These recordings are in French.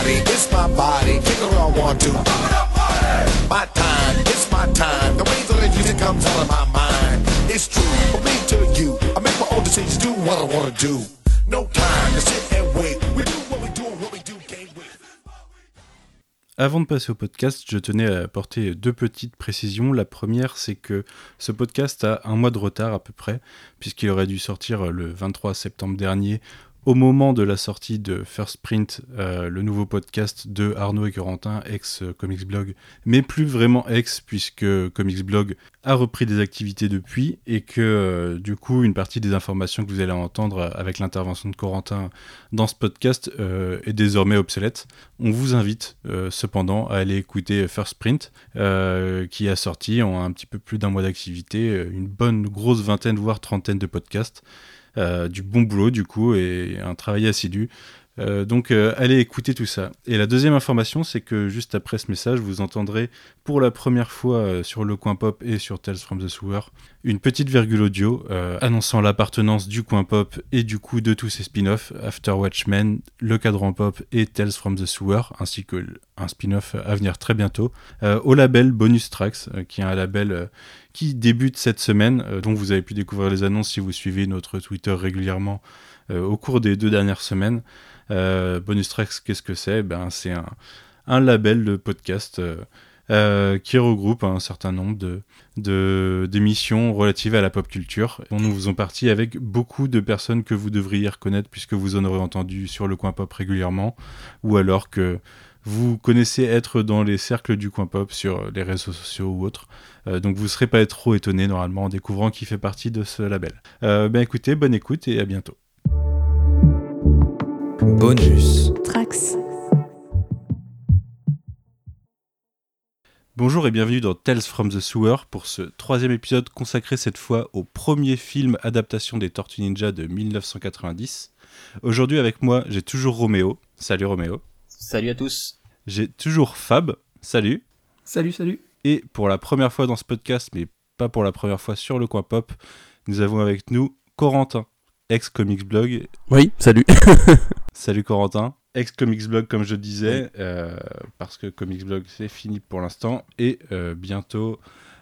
body, it's my body. Take it where I want to. My time, it's my time. The way that the music comes out of my mind. It's true, from me to you. I make my own decisions, do what I wanna do. No time to sit and wait. We do what we do, what we do, can't wait. Avant de passer au podcast, je tenais à apporter deux petites précisions. La première, c'est que ce podcast a un mois de retard à peu près, puisqu'il aurait dû sortir le 23 septembre dernier, au moment de la sortie de First Print, le nouveau podcast de Arnaud et Corentin, ex-Comicsblog, mais plus vraiment ex, puisque Comicsblog a repris des activités depuis, et que du coup, une partie des informations que vous allez entendre avec l'intervention de Corentin dans ce podcast est désormais obsolète. On vous invite cependant à aller écouter First Print, qui a sorti en un petit peu plus d'un mois d'activité, une bonne grosse vingtaine, voire trentaine de podcasts. Du bon boulot du coup et un travail assidu. Donc allez écouter tout ça. Et la deuxième information, c'est que juste après ce message, vous entendrez pour la première fois sur Le Coin Pop et sur Tales from the Sewer une petite virgule audio annonçant l'appartenance du Coin Pop et du coup de tous ses spin-offs, After Watchmen, Le Cadran Pop et Tales from the Sewer, ainsi que un spin-off à venir très bientôt, au label Bonus Tracks, qui est un label qui débute cette semaine, dont vous avez pu découvrir les annonces si vous suivez notre Twitter régulièrement au cours des 2 dernières semaines. Bonus Tracks, qu'est-ce que c'est ? C'est un label de podcast qui regroupe un certain nombre d'émissions relatives à la pop culture, dont nous faisons partie avec beaucoup de personnes que vous devriez reconnaître puisque vous en aurez entendu sur le Coin Pop régulièrement, ou alors que vous connaissez être dans les cercles du Coin Pop sur les réseaux sociaux ou autres. Donc vous ne serez pas trop étonné normalement en découvrant qui fait partie de ce label. Écoutez, bonne écoute et à bientôt. Bonus Tracks. Bonjour et bienvenue dans Tales from the Sewer pour ce 3e épisode consacré cette fois au premier film adaptation des Tortues Ninja de 1990. Aujourd'hui avec moi, j'ai toujours Roméo. Salut Roméo. Salut à tous. J'ai toujours Fab. Salut. Salut. Et pour la première fois dans ce podcast, mais pas pour la première fois sur le Coin Pop, nous avons avec nous Corentin, ex-Comicsblog. Oui, salut. Salut Corentin. Ex-Comicsblog comme je disais, parce que Comicsblog c'est fini pour l'instant, et bientôt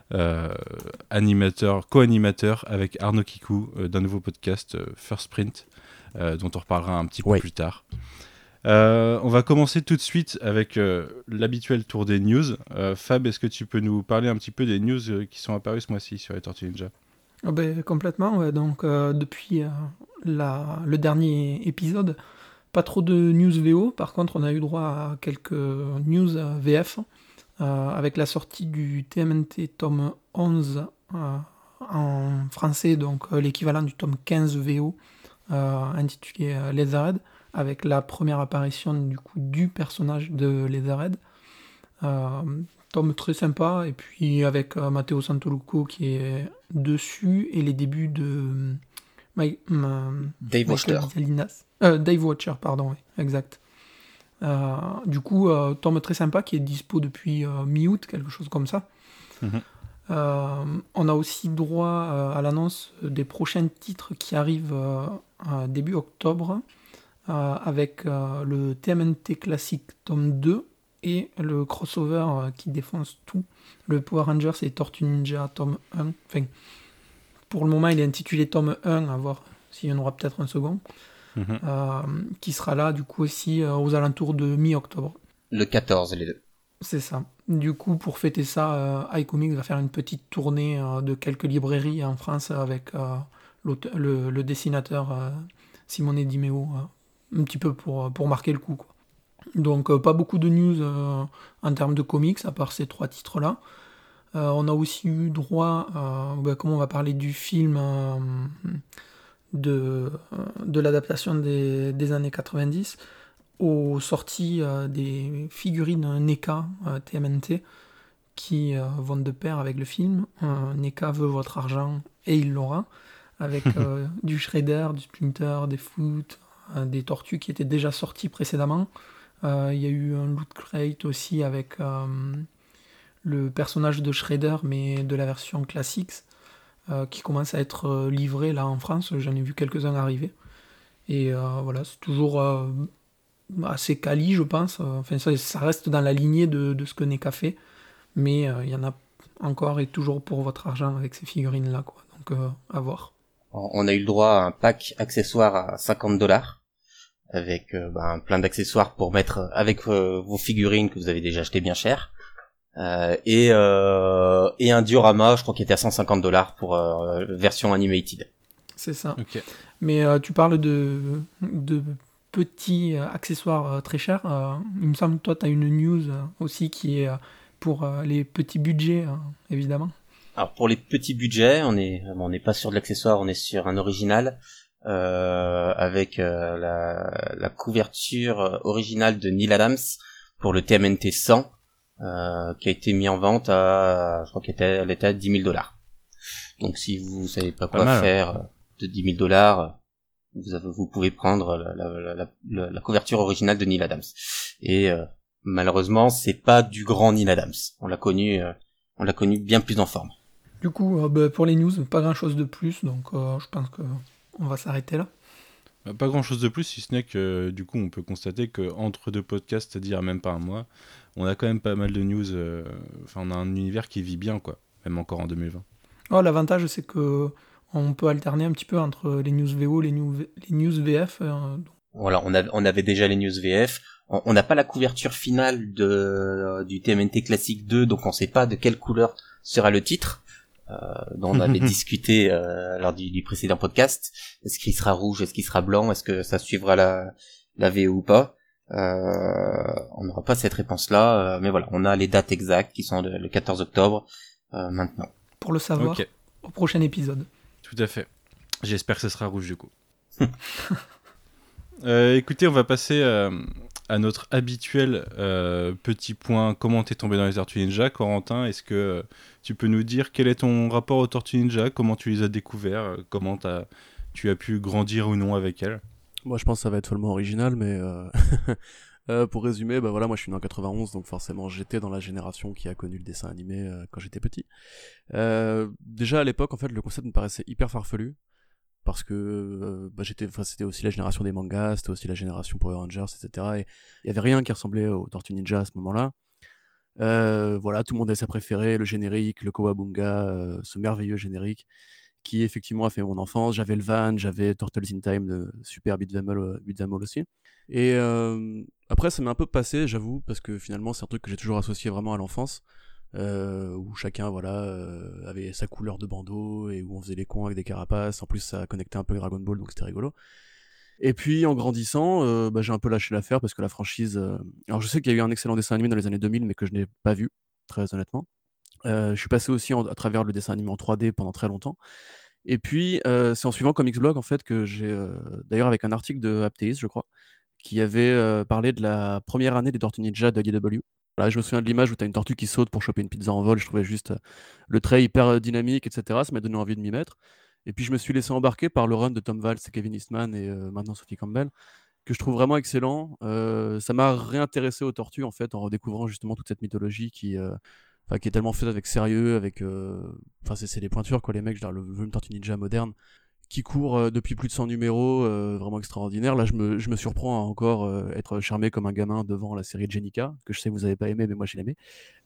co-animateur avec Arnaud Kikou d'un nouveau podcast First Print, dont on reparlera un petit peu plus tard. On va commencer tout de suite avec l'habituel tour des news. Fab, est-ce que tu peux nous parler un petit peu des news qui sont apparues ce mois-ci sur les Tortues Ninja ? Complètement, ouais. Donc depuis le dernier épisode, pas trop de news VO. Par contre, on a eu droit à quelques news VF avec la sortie du TMNT tome 11 en français, donc l'équivalent du tome 15 VO intitulé Leatherhead, avec la première apparition du coup du personnage de Leatherhead. Tome très sympa, et puis avec Matteo Santolucco qui est dessus, et les débuts de Dave Watcher. Dave Watcher, pardon, oui, exact. Du coup, tome très sympa qui est dispo depuis mi-août, quelque chose comme ça. On a aussi droit à l'annonce des prochains titres qui arrivent début octobre, avec le TMNT classique tome 2 et le crossover qui défonce tout, le Power Rangers et Tortues Ninja tome 1. Enfin, pour le moment, il est intitulé tome 1, à voir s'il y en aura peut-être un second, qui sera là du coup aussi aux alentours de mi-octobre. Le 14, les deux. C'est ça. Du coup, pour fêter ça, iComics va faire une petite tournée de quelques librairies en France avec le dessinateur Simone Di Meo, un petit peu pour marquer le coup, quoi. Donc pas beaucoup de news en termes de comics, à part ces 3 titres-là. On a aussi eu droit, comme on va parler du film de l'adaptation des années 90, aux sorties des figurines NECA TMNT qui vont de pair avec le film. NECA veut votre argent et il l'aura, avec du Shredder, du Splinter, des Foot, des tortues qui étaient déjà sorties précédemment. Il y a eu un Loot Crate aussi avec le personnage de Shredder, mais de la version classique, qui commence à être livré là en France. J'en ai vu quelques-uns arriver. Et voilà, c'est toujours assez quali, je pense. Enfin, ça reste dans la lignée de ce que NECA fait, mais il y en a encore et toujours pour votre argent avec ces figurines-là, quoi. Donc, à voir. On a eu le droit à un pack accessoires à $50 avec plein d'accessoires pour mettre avec vos figurines que vous avez déjà achetées bien cher. Et un diorama, je crois qu'il était à $150 pour version animated. C'est ça. Ok. Mais tu parles de petits accessoires très chers. Il me semble que toi, tu as une news aussi qui est pour les petits budgets, évidemment. Alors pour les petits budgets, on n'est pas sur de l'accessoire, on est sur un original avec la couverture originale de Neil Adams pour le TMNT 100 qui a été mis en vente je crois qu'elle était à $10,000. Donc si vous savez pas quoi faire de $10,000, vous pouvez prendre la couverture originale de Neil Adams. Et malheureusement, c'est pas du grand Neil Adams. On l'a connu bien plus en forme. Du coup, pour les news, pas grand-chose de plus, donc je pense qu'on va s'arrêter là. Pas grand-chose de plus, si ce n'est que du coup, on peut constater qu'entre deux podcasts, c'est-à-dire même pas un mois, on a quand même pas mal de news. On a un univers qui vit bien, quoi, même encore en 2020. Oh, l'avantage, c'est que on peut alterner un petit peu entre les news VO, les news VF. Voilà, on avait déjà les news VF. On n'a pas la couverture finale du TMNT Classic 2, donc on sait pas de quelle couleur sera le titre. Dont on avait discuté lors du précédent podcast. Est-ce qu'il sera rouge, est-ce qu'il sera blanc, est-ce que ça suivra la VO ou pas? On n'aura pas cette réponse-là, mais voilà, on a les dates exactes qui sont le 14 octobre maintenant. Pour le savoir, au prochain épisode. Tout à fait. J'espère que ce sera rouge du coup. Écoutez, on va passer à notre habituel petit point. Comment t'es tombé dans les Tortues Ninja, Corentin? Est-ce que tu peux nous dire quel est ton rapport aux Tortues Ninja? Comment tu les as découverts? Comment tu as pu grandir ou non avec elles? Moi, je pense que ça va être follement original, mais pour résumer, moi je suis né en 91, donc forcément j'étais dans la génération qui a connu le dessin animé quand j'étais petit. Déjà à l'époque, en fait, le concept me paraissait hyper farfelu. Parce que c'était aussi la génération des mangas, c'était aussi la génération Power Rangers, etc. Et il y avait rien qui ressemblait aux Tortues Ninja à ce moment-là. Voilà, tout le monde avait sa préférée, le générique, le Kawabunga, ce merveilleux générique qui effectivement a fait mon enfance. J'avais le Van, j'avais Turtles in Time, de super beat'em all aussi. Et après, ça m'a un peu passé, j'avoue, parce que finalement, c'est un truc que j'ai toujours associé vraiment à l'enfance. Où chacun avait sa couleur de bandeau et où on faisait les cons avec des carapaces. En plus ça connectait un peu Dragon Ball, donc c'était rigolo. Et puis en grandissant, j'ai un peu lâché l'affaire parce que la franchise, alors je sais qu'il y a eu un excellent dessin animé dans les années 2000 mais que je n'ai pas vu, très honnêtement. Je suis passé aussi à travers le dessin animé en 3D pendant très longtemps. Et puis c'est en suivant Comics Blog en fait que j'ai d'ailleurs avec un article de Apteis, je crois, qui avait parlé de la première année des Tortues Ninja de IDW. Voilà, je me souviens de l'image où tu as une tortue qui saute pour choper une pizza en vol. Je trouvais juste le trait hyper dynamique, etc. Ça m'a donné envie de m'y mettre. Et puis je me suis laissé embarquer par le run de Tom Waltz et Kevin Eastman et maintenant Sophie Campbell, que je trouve vraiment excellent. Ça m'a réintéressé aux tortues en fait en redécouvrant justement toute cette mythologie qui est tellement faite avec sérieux, c'est des pointures quoi les mecs. Je veux dire, le Tortue Ninja moderne qui court depuis plus de 100 numéros, vraiment extraordinaire. Là, je me surprends à encore être charmé comme un gamin devant la série de Jenica, que je sais que vous avez pas aimé, mais moi j'ai aimé.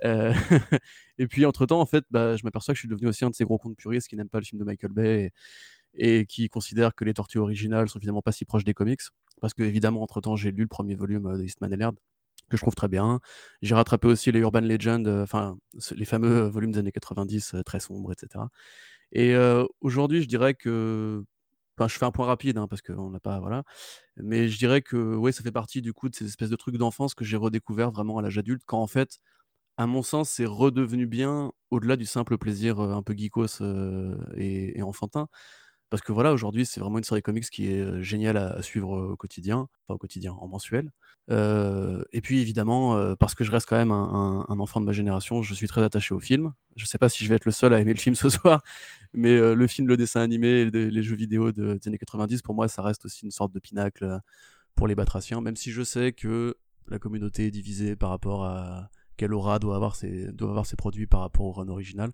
Et puis entre-temps, en fait, je m'aperçois que je suis devenu aussi un de ces gros cons de puristes qui n'aiment pas le film de Michael Bay et qui considèrent que les tortues originales sont finalement pas si proches des comics. Parce que, évidemment, entre-temps, j'ai lu le premier volume de Eastman et Laird, que je trouve très bien. J'ai rattrapé aussi les Urban Legends, les fameux volumes des années 90, très sombres, etc. Et aujourd'hui, je dirais que... je fais un point rapide, parce qu'on n'a pas... Voilà. Mais je dirais que ouais, ça fait partie du coup de ces espèces de trucs d'enfance que j'ai redécouvert vraiment à l'âge adulte, quand en fait, à mon sens, c'est redevenu bien au-delà du simple plaisir un peu geekos et enfantin. Parce que voilà, aujourd'hui, c'est vraiment une série comics qui est géniale à suivre au quotidien, en mensuel. Et puis évidemment, parce que je reste quand même un enfant de ma génération, je suis très attaché au film. Je sais pas si je vais être le seul à aimer le film ce soir, mais le film, le dessin animé, les jeux vidéo des années 90, pour moi, ça reste aussi une sorte de pinacle pour les batraciens, même si je sais que la communauté est divisée par rapport à quelle aura doit avoir ses produits par rapport au run original.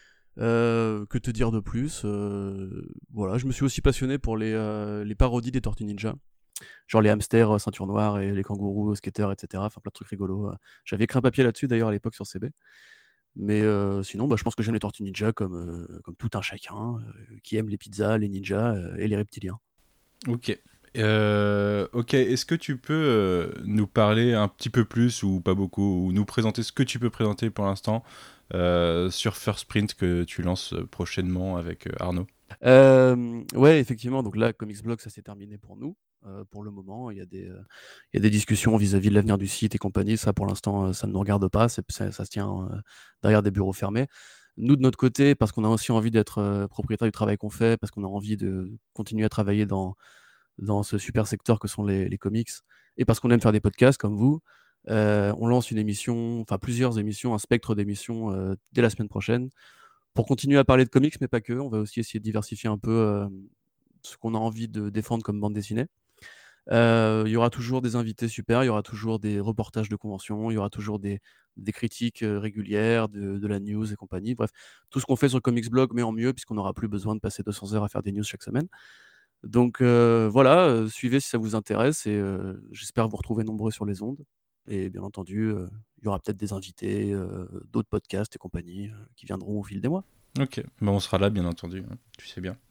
Que te dire de plus? Voilà, je me suis aussi passionné pour les parodies des Tortues Ninja. genre les hamsters ceinture noire et les kangourous skaters, etc. Enfin plein de trucs rigolos. J'avais écrit un papier là-dessus d'ailleurs à l'époque sur CB. Mais sinon, je pense que j'aime les Tortues Ninja comme tout un chacun qui aime les pizzas, les ninjas et les reptiliens. Ok. Ok, est-ce que tu peux nous parler un petit peu plus ou pas beaucoup, ou nous présenter ce que tu peux présenter pour l'instant sur First Print que tu lances prochainement avec Arnaud? Ouais, effectivement, donc là, Comics Blog, ça s'est terminé pour nous. Pour le moment, il y a des discussions vis-à-vis de l'avenir du site et compagnie. Ça, pour l'instant, ça ne nous regarde pas. Ça se tient derrière des bureaux fermés. Nous, de notre côté, parce qu'on a aussi envie d'être propriétaire du travail qu'on fait, parce qu'on a envie de continuer à travailler dans ce super secteur que sont les comics, et parce qu'on aime faire des podcasts comme vous, on lance une émission, enfin plusieurs émissions, un spectre d'émissions dès la semaine prochaine, pour continuer à parler de comics, mais pas que. On va aussi essayer de diversifier un peu ce qu'on a envie de défendre comme bande dessinée. Il y aura toujours des invités super, il y aura toujours des reportages de conventions, il y aura toujours des critiques régulières, de la news et compagnie. Bref, tout ce qu'on fait sur Comics Blog, mais en mieux, puisqu'on n'aura plus besoin de passer 200 heures à faire des news chaque semaine. Donc voilà, suivez si ça vous intéresse, et j'espère vous retrouver nombreux sur les ondes. Et bien entendu, il y aura peut-être des invités, d'autres podcasts et compagnie qui viendront au fil des mois. Ok, on sera là bien entendu, hein, tu sais bien.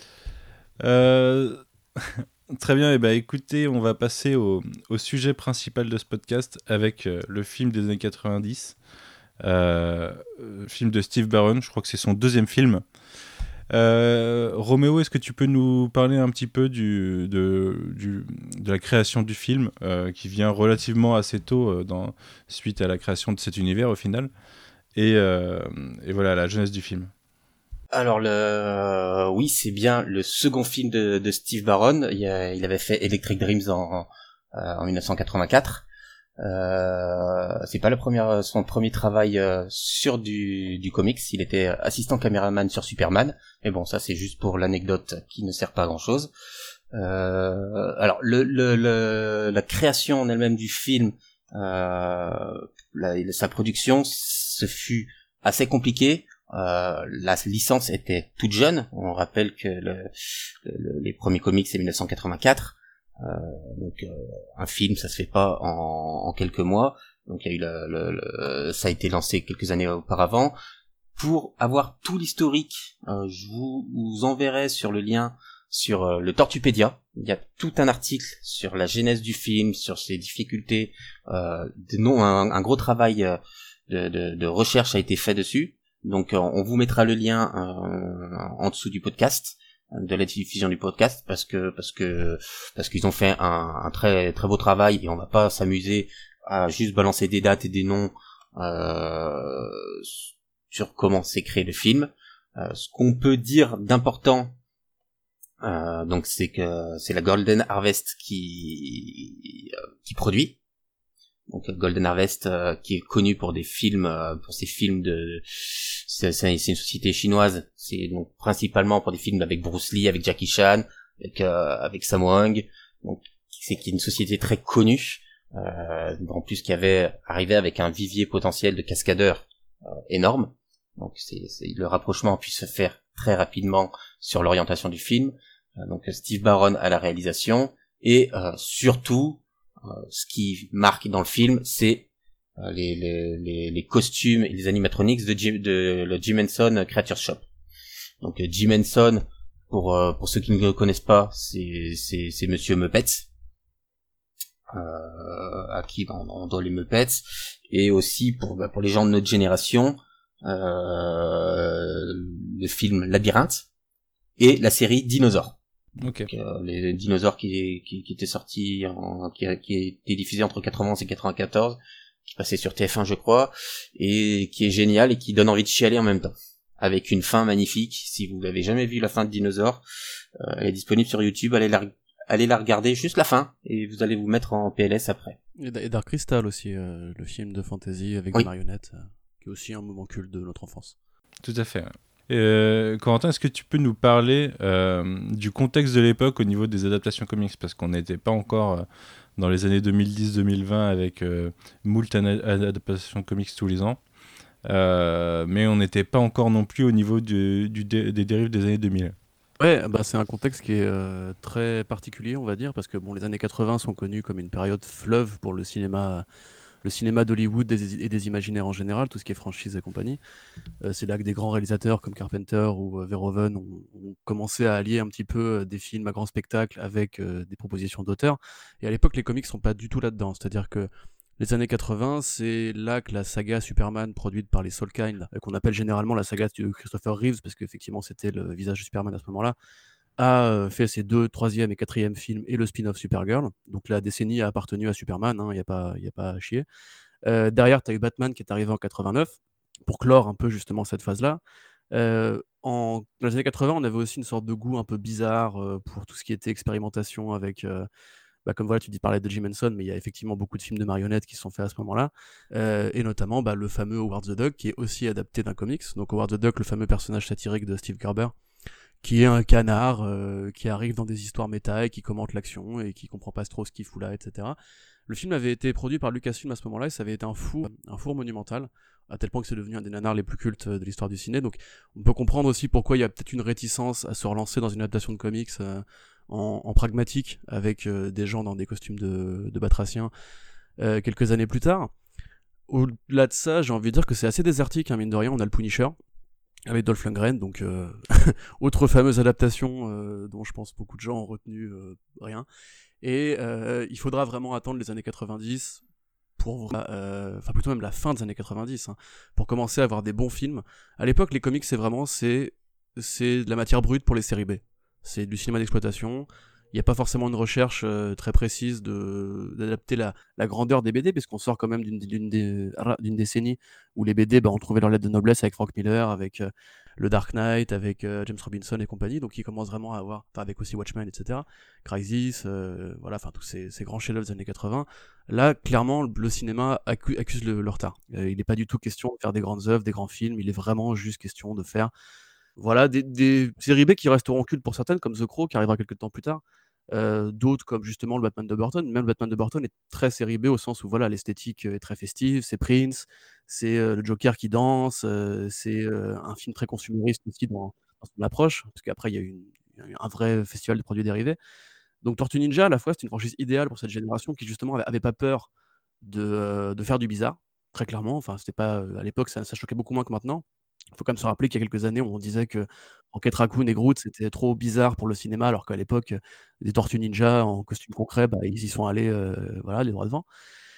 Très bien, et écoutez, on va passer au sujet principal de ce podcast avec le film des années 90, film de Steve Barron, je crois que c'est son deuxième film. Roméo, est-ce que tu peux nous parler un petit peu de la création du film qui vient relativement assez tôt suite à la création de cet univers au final, et voilà la jeunesse du film. Alors oui, c'est bien le second film de Steve Barron. Il avait fait Electric Dreams en 1984. C'est pas son premier travail sur du comics. Il était assistant caméraman sur Superman, mais bon, ça c'est juste pour l'anecdote qui ne sert pas à grand chose. Alors la création en elle-même du film, sa production, ce fut assez compliqué. La licence était toute jeune. On rappelle que les premiers comics c'est 1984. Donc un film ça se fait pas en quelques mois, donc il y a eu ça a été lancé quelques années auparavant. Pour avoir tout l'historique, je vous enverrai sur le lien sur le Tortupédia. Il y a tout un article sur la genèse du film, sur ses difficultés, un gros travail de recherche a été fait dessus, donc on vous mettra le lien en dessous du podcast, de la diffusion du podcast, parce qu'ils ont fait un très très beau travail, et on va pas s'amuser à juste balancer des dates et des noms sur comment s'est créé le film. Ce qu'on peut dire d'important, donc c'est que c'est la Golden Harvest qui produit. Donc Golden Harvest qui est connu pour des films, pour ses films c'est une société chinoise. C'est donc principalement pour des films avec Bruce Lee, avec Jackie Chan, avec Sammo Hung. Donc c'est une société très connue, en plus qui avait arrivé avec un vivier potentiel de cascadeurs énorme. Donc le rapprochement a pu se faire très rapidement sur l'orientation du film. Donc Steve Barron à la réalisation, et surtout ce qui marque dans le film, c'est les costumes et les animatronics de le Jim Henson Creature Shop. Donc Jim Henson, pour ceux qui ne le connaissent pas, c'est Monsieur Muppets, à qui on doit les Muppets, et aussi pour les gens de notre génération, le film Labyrinthe et la série Dinosaures. Okay. Donc, les dinosaures qui étaient sortis, qui étaient diffusés entre 91 et 94, qui passait sur TF1 je crois, et qui est génial et qui donne envie de chialer en même temps, avec une fin magnifique. Si vous n'avez jamais vu la fin de Dinosaures, elle est disponible sur YouTube, allez la regarder, juste la fin, et vous allez vous mettre en PLS après. Et Dark Crystal aussi, le film de fantasy avec des marionnettes, qui est aussi un moment culte de notre enfance. Tout à fait. Corentin, est-ce que tu peux nous parler du contexte de l'époque au niveau des adaptations comics, parce qu'on n'était pas encore dans les années 2010-2020 avec moult adaptations comics tous les ans, mais on n'était pas encore non plus au niveau des dérives des années 2000. Ouais, bah c'est un contexte qui est très particulier, on va dire, parce que bon, les années 80 sont connues comme une période fleuve pour le cinéma d'Hollywood et des imaginaires en général, tout ce qui est franchise et compagnie. C'est là que des grands réalisateurs comme Carpenter ou Verhoeven ont commencé à allier un petit peu des films à grand spectacle avec des propositions d'auteurs. Et à l'époque, les comics sont pas du tout là-dedans. C'est-à-dire que les années 80, c'est là que la saga Superman produite par les Salkind, qu'on appelle généralement la saga de Christopher Reeves, parce qu'effectivement c'était le visage de Superman à ce moment-là, a fait ses 2, 3e et 4e films et le spin-off Supergirl. Donc la décennie a appartenu à Superman, il n'y a pas à chier. Derrière, tu as eu Batman qui est arrivé en 89 pour clore un peu justement cette phase-là. Dans les années 80, on avait aussi une sorte de goût un peu bizarre pour tout ce qui était expérimentation avec, comme voilà, tu parlais de Jim Henson, mais il y a effectivement beaucoup de films de marionnettes qui se sont faits à ce moment-là, et notamment le fameux Howard the Duck qui est aussi adapté d'un comics. Donc Howard the Duck, le fameux personnage satirique de Steve Gerber, qui est un canard qui arrive dans des histoires méta et qui commente l'action et qui comprend pas trop ce qu'il fout là, etc. Le film avait été produit par Lucasfilm à ce moment-là et ça avait été un four monumental, à tel point que c'est devenu un des nanars les plus cultes de l'histoire du ciné. Donc on peut comprendre aussi pourquoi il y a peut-être une réticence à se relancer dans une adaptation de comics en pragmatique avec des gens dans des costumes de batraciens quelques années plus tard. Au-delà de ça, j'ai envie de dire que c'est assez désertique, mine de rien. On a le Punisher avec Dolph Lundgren, donc autre fameuse adaptation dont je pense beaucoup de gens ont retenu rien. Et il faudra vraiment attendre les années 90 pour plutôt même la fin des années 90 pour commencer à avoir des bons films. À l'époque, les comics c'est de la matière brute pour les séries B. C'est du cinéma d'exploitation. Il n'y a pas forcément une recherche très précise d'adapter la grandeur des BD, puisqu'on sort quand même d'une décennie où les BD ont trouvé leur lettre de noblesse avec Frank Miller, avec le Dark Knight, avec James Robinson et compagnie, donc ils commencent vraiment à avoir, avec aussi Watchmen, etc., Crisis, tous ces grands chefs-d'œuvre des années 80. Là, clairement, le cinéma accuse le retard. Il n'est pas du tout question de faire des grandes œuvres, des grands films, il est vraiment juste question de faire des séries B qui resteront cultes pour certaines, comme The Crow, qui arrivera quelques temps plus tard. D'autres, comme justement le Batman de Burton. Même le Batman de Burton est très série B au sens où l'esthétique est très festive. C'est Prince, c'est le Joker qui danse, c'est un film très consumériste aussi dans son approche, parce qu'après, il y a eu un vrai festival de produits dérivés. Donc Tortue Ninja, à la fois, c'est une franchise idéale pour cette génération qui, justement, avait pas peur de faire du bizarre, très clairement. Enfin, c'était pas, à l'époque, ça choquait beaucoup moins que maintenant. Il faut quand même se rappeler qu'il y a quelques années, on disait que Rocket Raccoon et Groot, c'était trop bizarre pour le cinéma, alors qu'à l'époque, des Tortues Ninja en costume concret, ils y sont allés, les droits devant.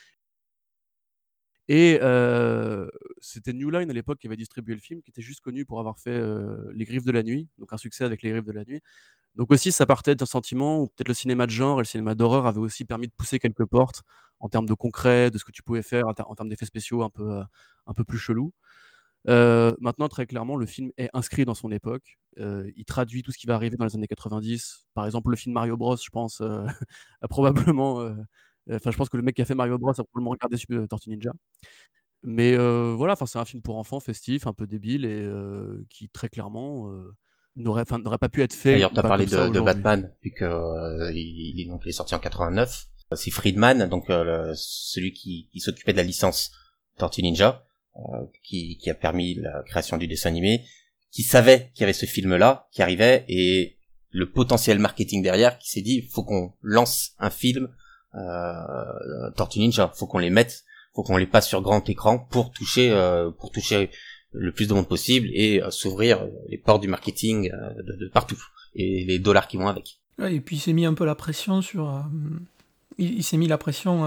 Et c'était New Line à l'époque qui avait distribué le film, qui était juste connu pour avoir fait Les Griffes de la Nuit, donc un succès avec Les Griffes de la Nuit. Donc aussi, ça partait d'un sentiment où peut-être le cinéma de genre et le cinéma d'horreur avaient aussi permis de pousser quelques portes en termes de concret, de ce que tu pouvais faire, en termes d'effets spéciaux un peu plus chelous. Maintenant, très clairement, le film est inscrit dans son époque. Il traduit tout ce qui va arriver dans les années 90. Par exemple, le film Mario Bros, je pense, a probablement... je pense que le mec qui a fait Mario Bros a probablement regardé Tortue Ninja. Mais c'est un film pour enfants, festif, un peu débile, et qui, très clairement, n'aurait pas pu être fait. D'ailleurs, tu as parlé de Batman, vu que il est sorti en 89. C'est Friedman, donc celui qui s'occupait de la licence Tortue Ninja, qui a permis la création du dessin animé, qui savait qu'il y avait ce film-là qui arrivait, et le potentiel marketing derrière, qui s'est dit, faut qu'on lance un film Tortue Ninja, faut qu'on les passe sur grand écran pour toucher le plus de monde possible et s'ouvrir les portes du marketing de partout, et les dollars qui vont avec. Ouais, et puis il s'est mis un peu la pression sur... Il s'est mis la pression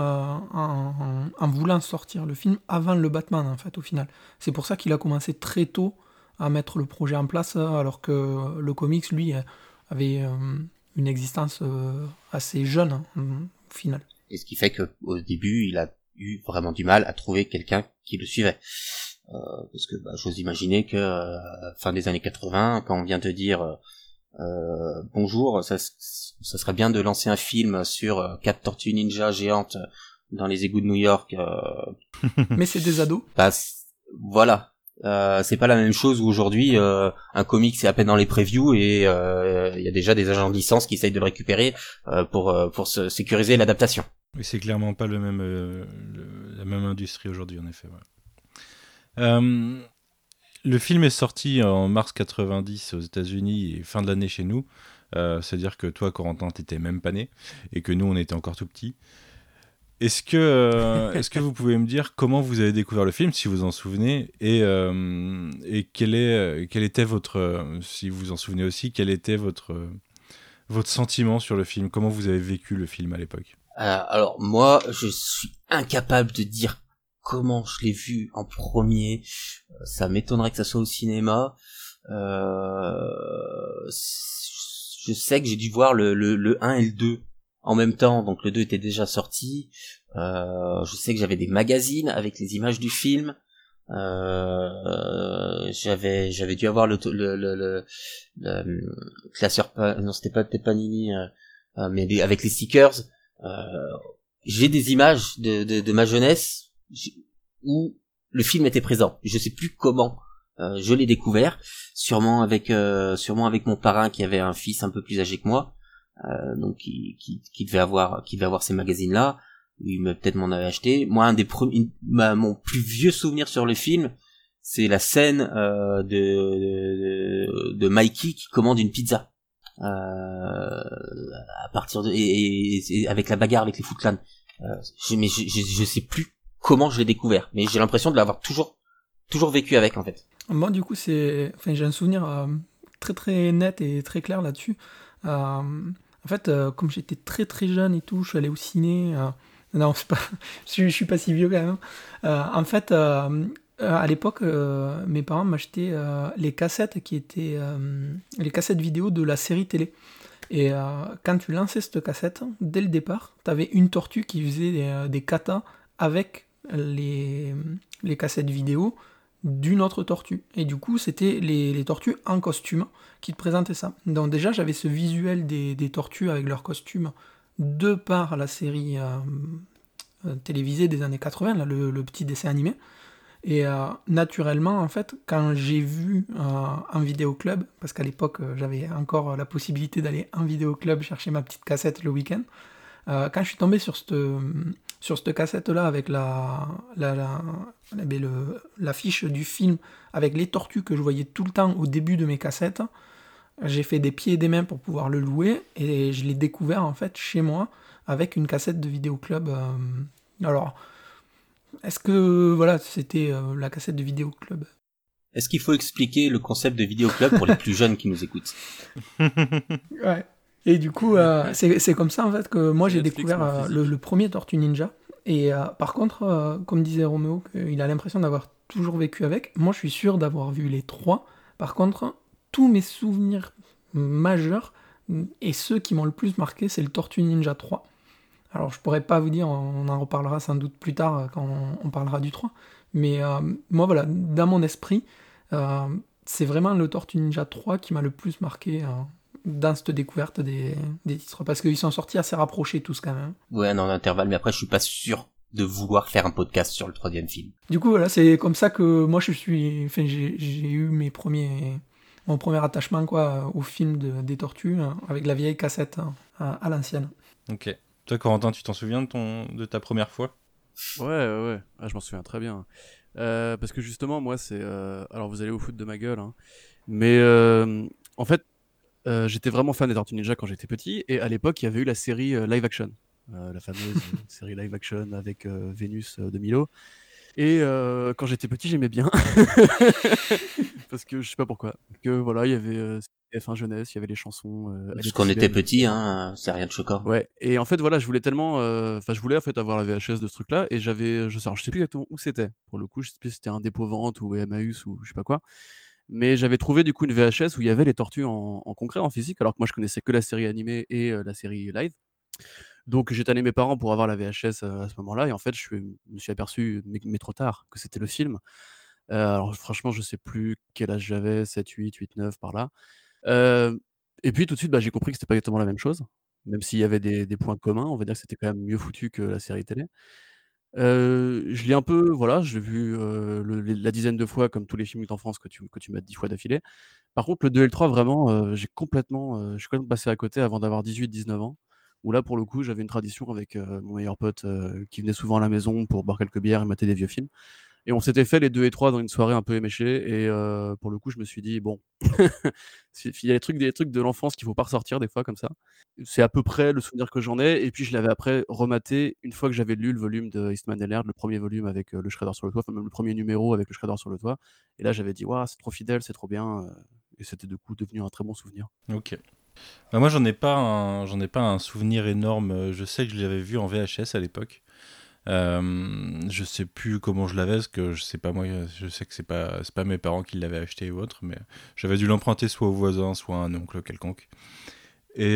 en voulant sortir le film avant le Batman, en fait, au final. C'est pour ça qu'il a commencé très tôt à mettre le projet en place, alors que le comics, lui, avait une existence assez jeune, au final. Et ce qui fait qu'au début, il a eu vraiment du mal à trouver quelqu'un qui le suivait. Parce que j'ose imaginer que fin des années 80, quand on vient te dire bonjour, ça serait bien de lancer un film sur 4 tortues ninja géantes dans les égouts de New York. Mais c'est des ados. Voilà. C'est pas la même chose où aujourd'hui un comic c'est à peine dans les previews et il y a déjà des agents de licence qui essayent de le récupérer pour se sécuriser l'adaptation. Oui, c'est clairement pas la même industrie aujourd'hui, en effet. Ouais. Le film est sorti en mars 90 aux États-Unis et fin de l'année chez nous. C'est-à-dire que toi, Corentin, t'étais même pas né et que nous, on était encore tout petits. Est-ce que vous pouvez me dire comment vous avez découvert le film, si vous en souvenez, et quel était votre, si vous vous en souvenez aussi, quel était votre sentiment sur le film? Comment vous avez vécu le film à l'époque? Alors moi, je suis incapable de dire comment je l'ai vu en premier. Ça m'étonnerait que ça soit au cinéma. Je sais que j'ai dû voir le 1 et le 2 en même temps, donc le 2 était déjà sorti. Je sais que j'avais des magazines avec les images du film. J'avais dû avoir le classeur, non, c'était pas Panini, mais avec les stickers. J'ai des images de ma jeunesse où le film était présent. Je sais plus comment je l'ai découvert, sûrement avec mon parrain qui avait un fils un peu plus âgé que moi, donc qui devait avoir ces magazines là. Peut-être m'en avait acheté. Moi, mon plus vieux souvenir sur le film, c'est la scène de Mikey qui commande une pizza. À partir de et avec la bagarre avec les Foot Clan. Je sais plus comment je l'ai découvert, mais j'ai l'impression de l'avoir toujours vécu avec, en fait. Moi, du coup, j'ai un souvenir très très net et très clair là-dessus. En fait, comme j'étais très très jeune et tout, je suis allé au ciné. Non, c'est pas, je suis pas si vieux quand même. En fait, à l'époque, mes parents m'achetaient les cassettes qui étaient les cassettes vidéo de la série télé. Et quand tu lançais cette cassette, dès le départ, t'avais une tortue qui faisait des katas avec les cassettes vidéo d'une autre tortue. Et du coup, c'était les tortues en costume qui te présentaient ça. Donc déjà, j'avais ce visuel des tortues avec leurs costumes de par la série télévisée des années 80, là, le petit dessin animé. Et naturellement, en fait, quand j'ai vu un vidéoclub, parce qu'à l'époque, j'avais encore la possibilité d'aller en vidéoclub chercher ma petite cassette le week-end, quand je suis tombé sur cette cassette-là avec l'affiche du film, avec les tortues que je voyais tout le temps au début de mes cassettes, j'ai fait des pieds et des mains pour pouvoir le louer, et je l'ai découvert en fait chez moi avec une cassette de vidéoclub. Alors, est-ce que voilà, c'était la cassette de vidéoclub? Est-ce qu'il faut expliquer le concept de vidéoclub pour les plus jeunes qui nous écoutent? Ouais. Et du coup, c'est comme ça en fait que moi j'ai découvert le premier Tortue Ninja. Et par contre, comme disait Roméo, il a l'impression d'avoir toujours vécu avec. Moi, je suis sûr d'avoir vu les trois. Par contre, tous mes souvenirs majeurs et ceux qui m'ont le plus marqué, c'est le Tortue Ninja 3. Alors, je pourrais pas vous dire, on en reparlera sans doute plus tard quand on parlera du 3. Mais moi, voilà, dans mon esprit, c'est vraiment le Tortue Ninja 3 qui m'a le plus marqué dans cette découverte des titres. Parce qu'ils sont sortis assez rapprochés tous quand même. Ouais, dans l'intervalle, mais après, je suis pas sûr de vouloir faire un podcast sur le troisième film. Du coup, voilà, c'est comme ça que moi, j'ai eu mon premier attachement quoi, au film des Tortues, avec la vieille cassette à l'ancienne. Ok. Toi, Corentin, tu t'en souviens de ta première fois? Ouais. Ah, je m'en souviens très bien. Parce que justement, moi, c'est... alors, vous allez au foot de ma gueule, hein. Mais en fait, j'étais vraiment fan des Tortues Ninja quand j'étais petit. Et à l'époque, il y avait eu la série live action. La fameuse série live action avec Vénus de Milo. Et quand j'étais petit, j'aimais bien. Parce que je sais pas pourquoi. Que voilà, il y avait F1 Jeunesse, il y avait les chansons. Parce qu'on était petits, hein, c'est rien de choquant. Ouais, et en fait, voilà, je voulais tellement. Enfin, je voulais en fait avoir la VHS de ce truc-là, et je sais plus exactement où c'était. Pour le coup, je sais plus si c'était un dépôt-vente ou Emmaüs ou je sais pas quoi. Mais j'avais trouvé du coup une VHS où il y avait les tortues en concret, en physique, alors que moi je connaissais que la série animée et la série live. Donc j'étais allé mes parents pour avoir la VHS à ce moment-là, et en fait, je me suis aperçu, mais trop tard, que c'était le film. Alors franchement, je sais plus quel âge j'avais, 7, 8, 8, 9 par là. Heu et puis tout de suite, bah, j'ai compris que c'était pas exactement la même chose, même s'il y avait des points communs. On va dire que c'était quand même mieux foutu que la série télé. Je l'ai un peu voilà, je l'ai vu, la dizaine de fois comme tous les films d'enfance que tu mates 10 fois d'affilée. Par contre, le 2 et le 3 vraiment, je suis complètement passé à côté avant d'avoir 18-19 ans, où là, pour le coup, j'avais une tradition avec mon meilleur pote, qui venait souvent à la maison pour boire quelques bières et mater des vieux films. Et on s'était fait les 2 et 3 dans une soirée un peu éméchée et pour le coup, je me suis dit: «Bon, il y a des trucs de l'enfance qu'il faut pas ressortir des fois comme ça». C'est à peu près le souvenir que j'en ai et puis je l'avais après rematé une fois que j'avais lu le volume de Eastman and Laird, le 1er volume avec, le Shredder sur le toit, enfin même le 1er numéro avec le Shredder sur le toit et là j'avais dit: «Waouh, c'est trop fidèle, c'est trop bien», et c'était du coup devenu un très bon souvenir. Ok. Bah, moi, j'en ai pas un souvenir énorme. Je sais que je l'avais vu en VHS à l'époque. Je sais plus comment je l'avais, parce que je sais pas moi, je sais que c'est pas mes parents qui l'avaient acheté ou autre, mais j'avais dû l'emprunter soit au voisin, soit à un oncle quelconque. Et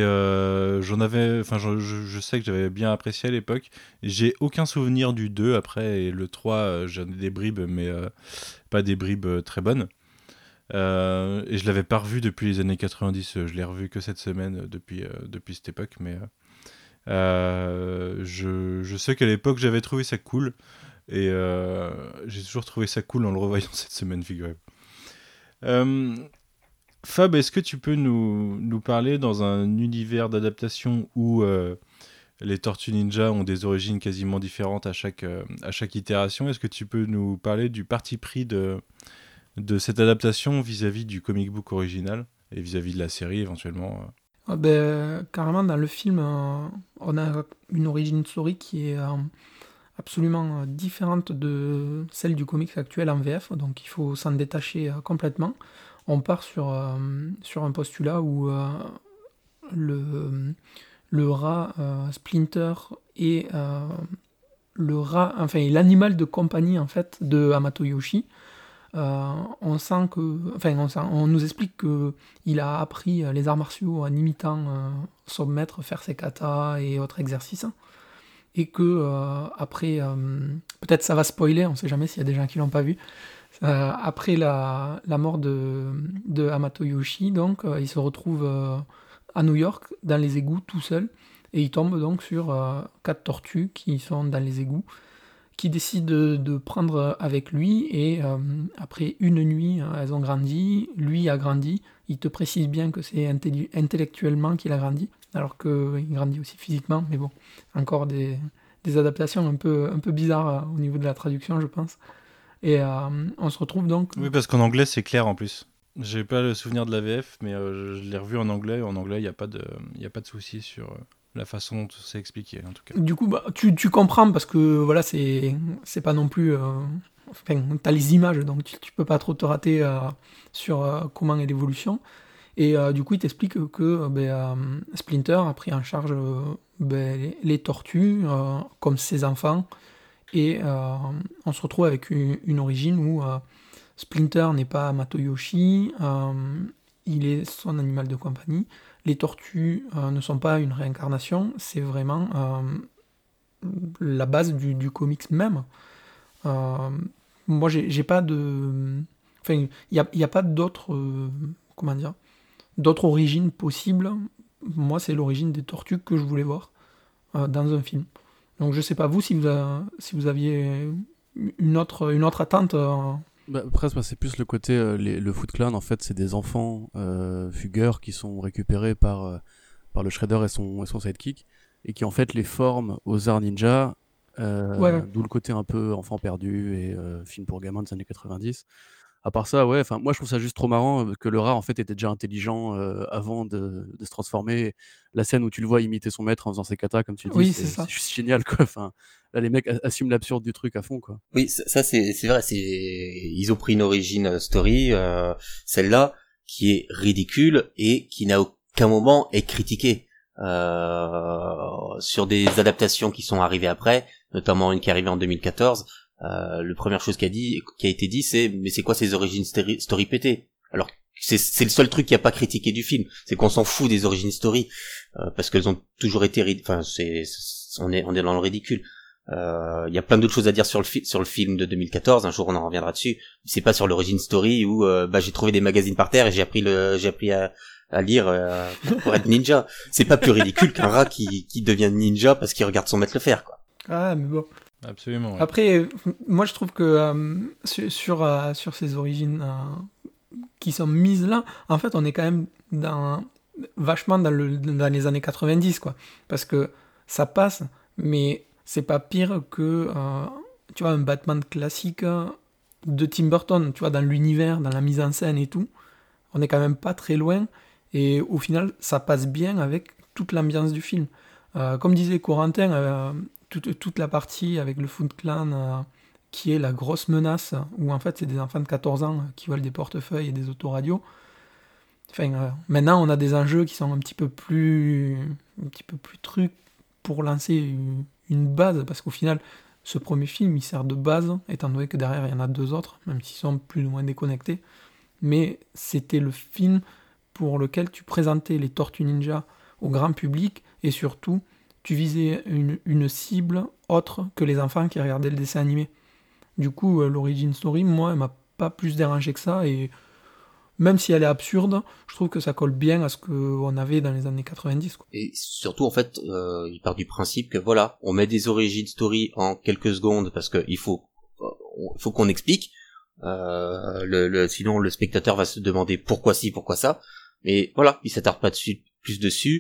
je sais que j'avais bien apprécié à l'époque. J'ai aucun souvenir du 2 après, et le 3, j'en ai des bribes, mais pas des bribes très bonnes. Et je l'avais pas revu depuis les années 90, je l'ai revu que cette semaine depuis cette époque, mais je sais qu'à l'époque j'avais trouvé ça cool, et j'ai toujours trouvé ça cool en le revoyant cette semaine, figurez-vous. Fab, est-ce que tu peux nous parler dans un univers d'adaptation où les Tortues Ninja ont des origines quasiment différentes à chaque itération? Est-ce que tu peux nous parler du parti pris de cette adaptation vis-à-vis du comic book original et vis-à-vis de la série éventuellement? Carrément, dans le film, on a une origin story qui est absolument différente de celle du comics actuel en VF, donc il faut s'en détacher complètement. On part sur un postulat où le rat Splinter est le rat, enfin l'animal de compagnie en fait de Hamato Yoshi. On nous explique que il a appris les arts martiaux en imitant son maître faire ses katas et autres exercices, et que après, peut-être ça va spoiler, on sait jamais s'il y a des gens qui l'ont pas vu. Après la mort de Hamato Yoshi, donc il se retrouve à New York dans les égouts tout seul, et il tombe donc sur 4 tortues qui sont dans les égouts, qui décide de prendre avec lui, et après une nuit, elles ont grandi, lui a grandi, il te précise bien que c'est intellectuellement qu'il a grandi, alors qu'il grandit aussi physiquement, mais bon, encore des adaptations un peu bizarres au niveau de la traduction, je pense. Et on se retrouve donc... Oui, parce qu'en anglais, c'est clair en plus. J'ai pas le souvenir de la VF, mais je l'ai revu en anglais. En anglais, il n'y a pas de souci sur la façon dont c'est expliqué, en tout cas. Du coup, tu comprends, parce que voilà, c'est pas non plus... Enfin, t'as les images, donc tu peux pas trop te rater sur comment est l'évolution. Et du coup, il t'explique que Splinter a pris en charge les tortues comme ses enfants. Et on se retrouve avec une origine où Splinter n'est pas Hamato Yoshi, il est son animal de compagnie. Les tortues ne sont pas une réincarnation, c'est vraiment la base du comics même. Moi, j'ai pas de... Enfin, il n'y a pas d'autres... comment dire, d'autres origines possibles. Moi, c'est l'origine des tortues que je voulais voir dans un film. Donc je sais pas vous si vous aviez une autre attente. Après, c'est plus le côté le Foot Clan, en fait, c'est des enfants fugueurs qui sont récupérés par le Shredder et son sidekick, et qui en fait les forment aux arts ninja, Ouais. d'où le côté un peu enfant perdu et film pour gamins des années 90. À part ça, ouais, enfin moi je trouve ça juste trop marrant que le rat en fait était déjà intelligent avant de se transformer. La scène où tu le vois imiter son maître en faisant ses katas, comme tu dis, Oui, c'est ça. c'est juste génial, quoi. Enfin, là les mecs assument l'absurde du truc à fond, quoi. Oui, ça c'est vrai, ils ont pris une origin story, celle-là, qui est ridicule et qui n'a aucun moment est critiquée. Sur des adaptations qui sont arrivées après, notamment une qui est arrivée en 2014, la première chose qui a été dit, c'est mais c'est quoi ces origines story pétées? Alors c'est le seul truc qui a pas critiqué du film, c'est qu'on s'en fout des origines story parce qu'elles ont toujours été, enfin on est dans le ridicule. Il y a plein d'autres choses à dire sur le film de 2014. Un jour on en reviendra dessus. C'est pas sur l'origine story où j'ai trouvé des magazines par terre et j'ai appris à lire pour être ninja. C'est pas plus ridicule qu'un rat qui devient ninja parce qu'il regarde son maître le faire, quoi. Ah, mais bon. Absolument. Ouais. Après, moi je trouve que sur ces origines qui sont mises là, en fait on est quand même vachement dans les années 90, quoi. Parce que ça passe, mais c'est pas pire que tu vois, un Batman classique de Tim Burton, tu vois, dans l'univers, dans la mise en scène et tout. On est quand même pas très loin. Et au final, ça passe bien avec toute l'ambiance du film. Comme disait Corentin, toute la partie avec le Foot Clan, qui est la grosse menace, où en fait c'est des enfants de 14 ans qui volent des portefeuilles et des autoradios. Enfin, maintenant on a des enjeux qui sont un petit peu plus trucs pour lancer une base, parce qu'au final, ce premier film il sert de base, étant donné que derrière il y en a deux autres, même s'ils sont plus ou moins déconnectés. Mais c'était le film pour lequel tu présentais les Tortues Ninja au grand public et surtout tu visais une cible autre que les enfants qui regardaient le dessin animé. Du coup, l'origin story, moi, elle m'a pas plus dérangé que ça et même si elle est absurde, je trouve que ça colle bien à ce qu'on avait dans les années 90. Quoi. Et surtout, en fait, il part du principe que voilà, on met des origin story en quelques secondes parce que faut qu'on explique. Sinon, le spectateur va se demander pourquoi ci, pourquoi ça. Mais voilà, il s'attarde pas plus dessus.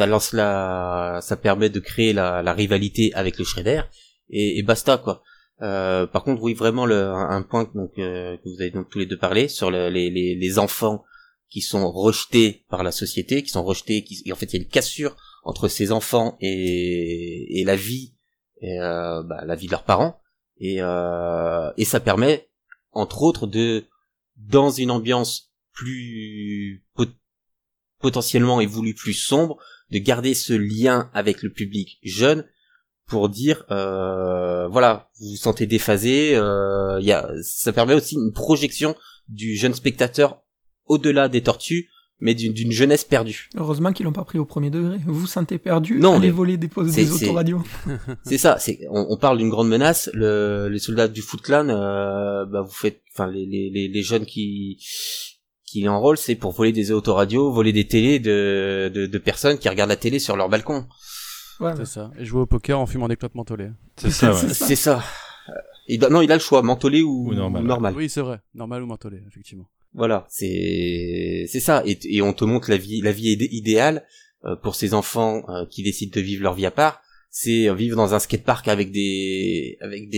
Ça permet de créer la rivalité avec le Shredder et basta quoi. Par contre, oui, vraiment un point que vous avez donc tous les deux parlé sur les enfants qui sont rejetés par la société, qui sont rejetés, et en fait, il y a une cassure entre ces enfants et la vie, la vie de leurs parents, et ça permet, entre autres, dans une ambiance plus potentiellement évolue, plus sombre, de garder ce lien avec le public jeune pour dire voilà, vous vous sentez déphasé, ça permet aussi une projection du jeune spectateur au-delà des tortues, mais d'une jeunesse perdue. Heureusement qu'ils l'ont pas pris au premier degré. Vous vous sentez perdu, non, allez voler des autoradios. C'est ça, on parle d'une grande menace, les soldats du Foot Clan, vous faites, enfin les jeunes qui enrôlent, c'est pour voler des autoradios, voler des télés de personnes qui regardent la télé sur leur balcon. Ouais, c'est ça. Et jouer au poker en fumant des clopes mentholées. C'est ça, ouais. C'est ça. Non, il a le choix, mentholé ou normal. Oui, c'est vrai. Normal ou mentholé, effectivement. Voilà, c'est ça. Et on te montre la vie idéale pour ces enfants qui décident de vivre leur vie à part. C'est vivre dans un skatepark avec des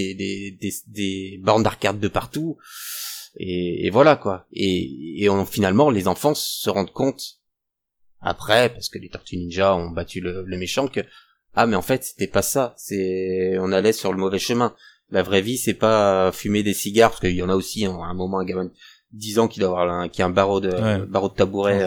bornes d'arcade de partout. Et voilà, quoi. Et finalement, les enfants se rendent compte après, parce que les Tortues Ninja ont battu le méchant, que mais en fait c'était pas ça, on allait sur le mauvais chemin. La vraie vie, c'est pas fumer des cigares, parce qu'il y en a aussi à un moment un gamin de 10 ans qui doit avoir qui a un barreau de tabouret.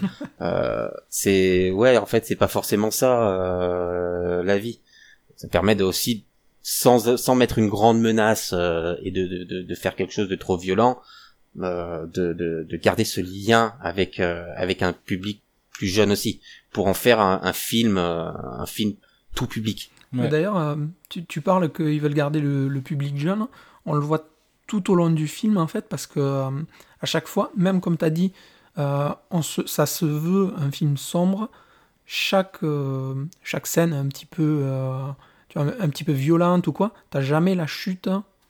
En fait c'est pas forcément ça la vie. Ça permet aussi sans mettre une grande menace et de faire quelque chose de trop violent, de garder ce lien avec un public plus jeune aussi, pour en faire un film tout public. Ouais. D'ailleurs, tu parles qu'ils veulent garder le public jeune. On le voit tout au long du film, en fait, parce que à chaque fois, même comme tu as dit, ça se veut un film sombre. Chaque scène est un petit peu, un petit peu violente ou quoi. T'as jamais la chute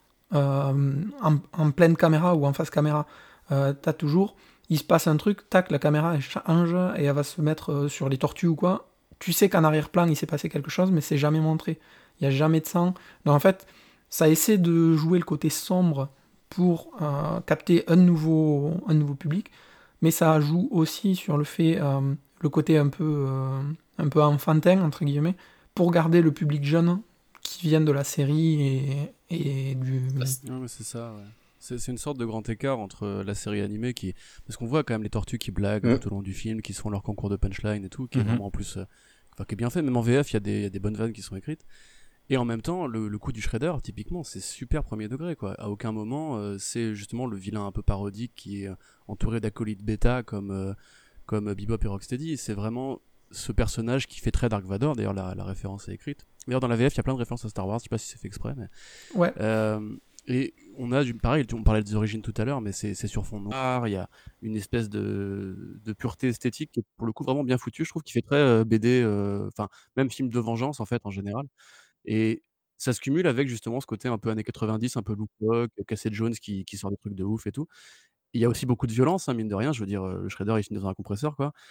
en pleine caméra ou en face caméra. T'as toujours, il se passe un truc, tac, la caméra elle change et elle va se mettre sur les tortues ou quoi. Tu sais qu'en arrière-plan, il s'est passé quelque chose, mais c'est jamais montré. Il n'y a jamais de sang. Donc en fait, ça essaie de jouer le côté sombre pour capter un nouveau public, mais ça joue aussi sur le fait, le côté un peu enfantin, entre guillemets, pour garder le public jeune qui vient de la série et du... Non, mais c'est ça, ouais. C'est une sorte de grand écart entre la série animée parce qu'on voit quand même les tortues qui blaguent tout au long du film, qui se font leur concours de punchline et tout, qui est vraiment en plus qui est bien fait. Même en VF, il y a des bonnes vannes qui sont écrites. Et en même temps, le coup du Shredder, typiquement, c'est super premier degré, quoi. À aucun moment, c'est justement le vilain un peu parodique qui est entouré d'acolytes bêta comme Bebop et Rocksteady. C'est vraiment ce personnage qui fait très Dark Vador. D'ailleurs, la référence est écrite. D'ailleurs, dans la VF, il y a plein de références à Star Wars. Je sais pas si c'est fait exprès, mais... Ouais. Et on a pareil, on parlait des origines tout à l'heure, mais c'est sur fond noir. Il y a une espèce de pureté esthétique qui est pour le coup vraiment bien foutue. Je trouve qu'il fait très BD, même film de vengeance en fait en général. Et ça se cumule avec justement ce côté un peu années 90, un peu loufoque, Cassette Jones qui sort des trucs de ouf et tout. Il y a aussi beaucoup de violence, hein, mine de rien. Je veux dire, le Shredder il finit dans un compresseur quoi.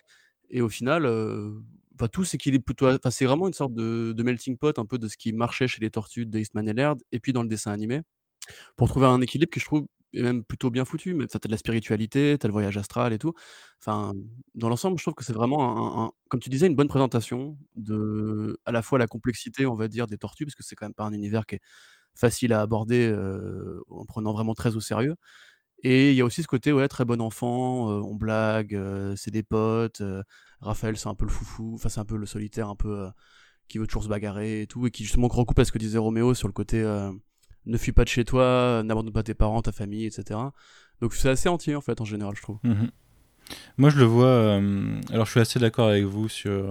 Et au final, tout s'équilibre plutôt c'est vraiment une sorte de melting pot un peu de ce qui marchait chez les Tortues de Eastman et Laird et puis dans le dessin animé, pour trouver un équilibre qui je trouve est même plutôt bien foutu. Mais tu as de la spiritualité, tu as le voyage astral et tout. Enfin, dans l'ensemble, je trouve que c'est vraiment comme tu disais, une bonne présentation de à la fois la complexité, on va dire, des tortues, parce que c'est quand même pas un univers qui est facile à aborder, en prenant vraiment très au sérieux. Et il y a aussi ce côté, ouais, très bon enfant, on blague, c'est des potes, Raphaël, c'est un peu le foufou, enfin, c'est un peu le solitaire, un peu, qui veut toujours se bagarrer et tout, et qui justement recoupe à ce que disait Roméo sur le côté, ne fuis pas de chez toi, n'abandonne pas tes parents, ta famille, et cetera. Donc c'est assez entier, en fait, en général, je trouve. Mhm. Moi, je le vois. Alors, je suis assez d'accord avec vous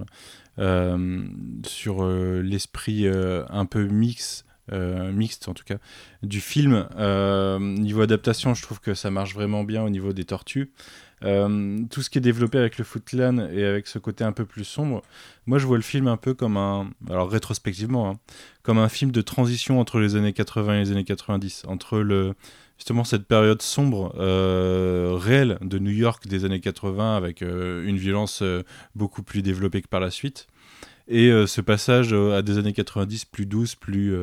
sur l'esprit un peu mixte en tout cas, du film. Niveau adaptation, je trouve que ça marche vraiment bien au niveau des tortues. Tout ce qui est développé avec le Foot Clan et avec ce côté un peu plus sombre, moi je vois le film un peu comme alors rétrospectivement, hein, comme un film de transition entre les années 80 et les années 90, entre justement cette période sombre réelle de New York des années 80 avec une violence beaucoup plus développée que par la suite, et ce passage à des années 90 plus douces,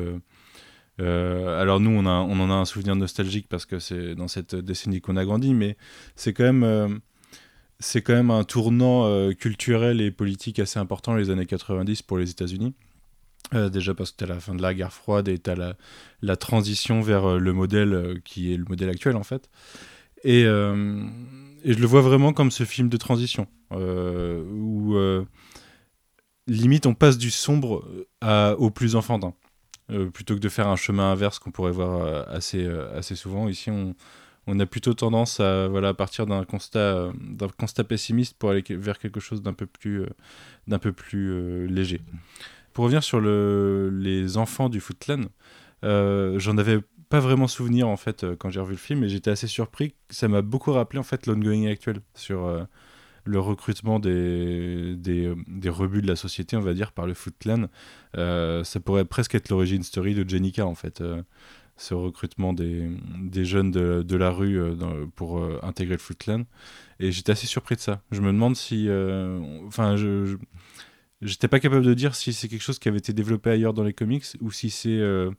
alors nous on en a un souvenir nostalgique parce que c'est dans cette décennie qu'on a grandi, mais c'est quand même un tournant culturel et politique assez important les années 90 pour les États-Unis. Déjà parce que tu as la fin de la guerre froide et tu as la transition vers le modèle qui est le modèle actuel en fait. Et je le vois vraiment comme ce film de transition où limite on passe du sombre au plus enfantin. Plutôt que de faire un chemin inverse qu'on pourrait voir assez souvent. Ici, on a plutôt tendance à partir d'un constat pessimiste pour aller vers quelque chose d'un peu plus léger. Pour revenir sur les enfants du Foot Clan, j'en avais pas vraiment souvenir en fait quand j'ai revu le film, et j'étais assez surpris. Ça m'a beaucoup rappelé en fait l'ongoing actuel sur le recrutement des rebuts de la société, on va dire, par le Foot Clan. Ça pourrait presque être l'origine story de Jenica, en fait. Ce recrutement des jeunes de la rue pour intégrer le Foot Clan. Et j'étais assez surpris de ça. Je me demande si... j'étais pas capable de dire si c'est quelque chose qui avait été développé ailleurs dans les comics ou si c'est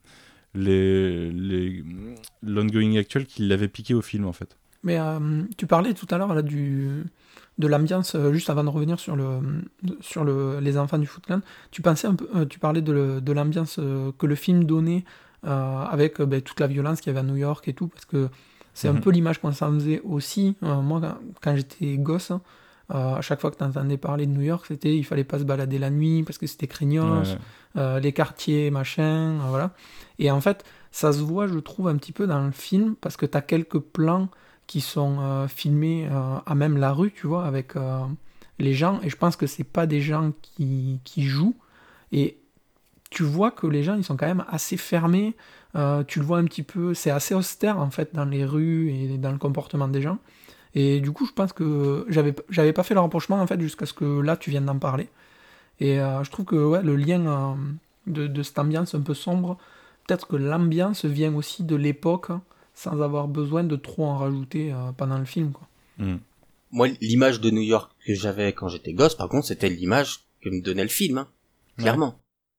l'ongoing actuel qui l'avait piqué au film, en fait. Mais tu parlais tout à l'heure là, de l'ambiance, juste avant de revenir sur les enfants du Foot Clan. Tu parlais de l'ambiance que le film donnait avec toute la violence qu'il y avait à New York et tout, parce que c'est un peu l'image qu'on s'en faisait aussi. Moi, quand j'étais gosse, à chaque fois que tu entendais parler de New York, il fallait pas se balader la nuit parce que c'était craignos, les quartiers, machin, voilà. Et en fait, ça se voit, je trouve, un petit peu dans le film, parce que tu as quelques plans qui sont filmés à même la rue, tu vois, avec les gens, et je pense que c'est pas des gens qui jouent, et tu vois que les gens, ils sont quand même assez fermés, tu le vois un petit peu, c'est assez austère, en fait, dans les rues et dans le comportement des gens, et du coup, je pense que j'avais pas fait le rapprochement, en fait, jusqu'à ce que là, tu viennes d'en parler, et je trouve que ouais, le lien de cette ambiance un peu sombre, peut-être que l'ambiance vient aussi de l'époque, hein, sans avoir besoin de trop en rajouter pendant le film, quoi. Moi, l'image de New York que j'avais quand j'étais gosse, par contre, c'était l'image que me donnait le film, hein, clairement.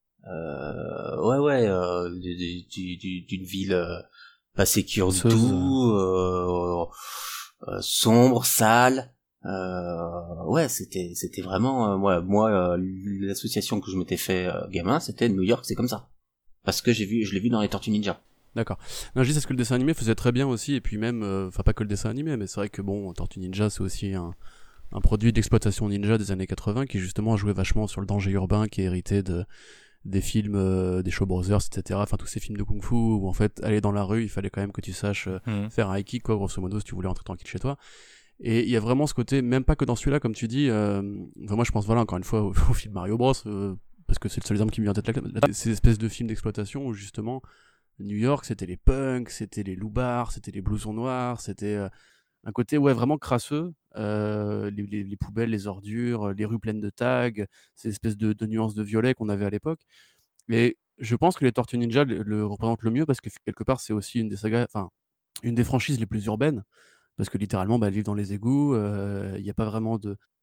D'une ville pas sécure du tout, sombre, sale. C'était vraiment moi l'association que je m'étais fait gamin, c'était New York, c'est comme ça. Parce que je l'ai vu dans les Tortues Ninja. D'accord. Non, je dis c'est ce que le dessin animé faisait très bien aussi, et puis même, pas que le dessin animé, mais c'est vrai que bon, Tortue Ninja, c'est aussi un produit d'exploitation ninja des années 80 qui justement jouait vachement sur le danger urbain, qui est hérité des films des Shaw Brothers, etc. Enfin, tous ces films de kung-fu où en fait, aller dans la rue, il fallait quand même que tu saches faire un high kick, quoi, grosso modo, si tu voulais rentrer tranquille chez toi. Et il y a vraiment ce côté, même pas que dans celui-là, comme tu dis, moi je pense, voilà, encore une fois, au film Mario Bros, parce que c'est le seul exemple qui me vient en tête là, ces espèces de films d'exploitation où justement, New York, c'était les punks, c'était les loupards, c'était les blousons noirs, c'était un côté vraiment crasseux, les poubelles, les ordures, les rues pleines de tags, ces espèces de nuances de violet qu'on avait à l'époque. Et je pense que les Tortues Ninja le représentent le mieux parce que quelque part c'est aussi une des sagas, enfin une des franchises les plus urbaines, parce que littéralement elles vivent dans les égouts, il n'y a pas vraiment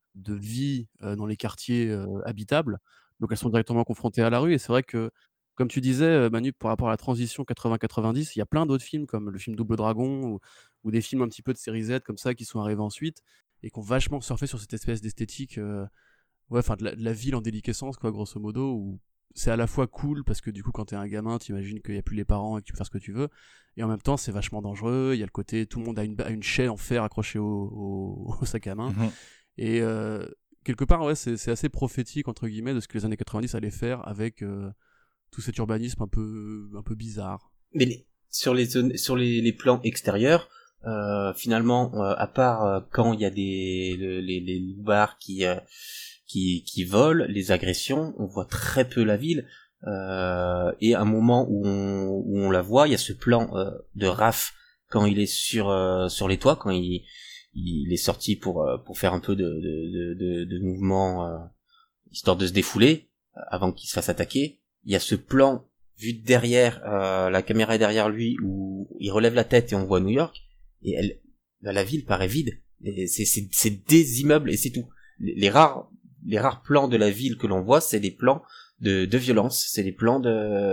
de vie dans les quartiers habitables. Donc elles sont directement confrontées à la rue. Et c'est vrai que, comme tu disais, Manu, par rapport à la transition 80-90, il y a plein d'autres films comme le film Double Dragon ou des films un petit peu de série Z comme ça qui sont arrivés ensuite et qui ont vachement surfé sur cette espèce d'esthétique ouais, enfin de la ville en déliquescence, quoi, grosso modo, où c'est à la fois cool parce que du coup, quand t'es un gamin, t'imagines qu'il y a plus les parents et que tu peux faire ce que tu veux, et en même temps, c'est vachement dangereux. Il y a le côté, tout le monde a une chaîne en fer accrochée au sac à main, Mhm. et quelque part, ouais, c'est assez prophétique entre guillemets de ce que les années 90 allaient faire avec tout cet urbanisme un peu bizarre. Mais sur les zones, sur les plans extérieurs, finalement, à part quand il y a les loupards qui volent, les agressions, on voit très peu la ville. Et à un moment où on la voit, il y a ce plan de Raph quand il est sur les toits, quand il est sorti pour faire un peu de mouvement histoire de se défouler avant qu'il se fasse attaquer. Il y a ce plan vu de derrière, la caméra est derrière lui où il relève la tête et on voit New York et la ville paraît vide. Et c'est des immeubles et c'est tout. Les rares plans de la ville que l'on voit, c'est des plans de violence, c'est des plans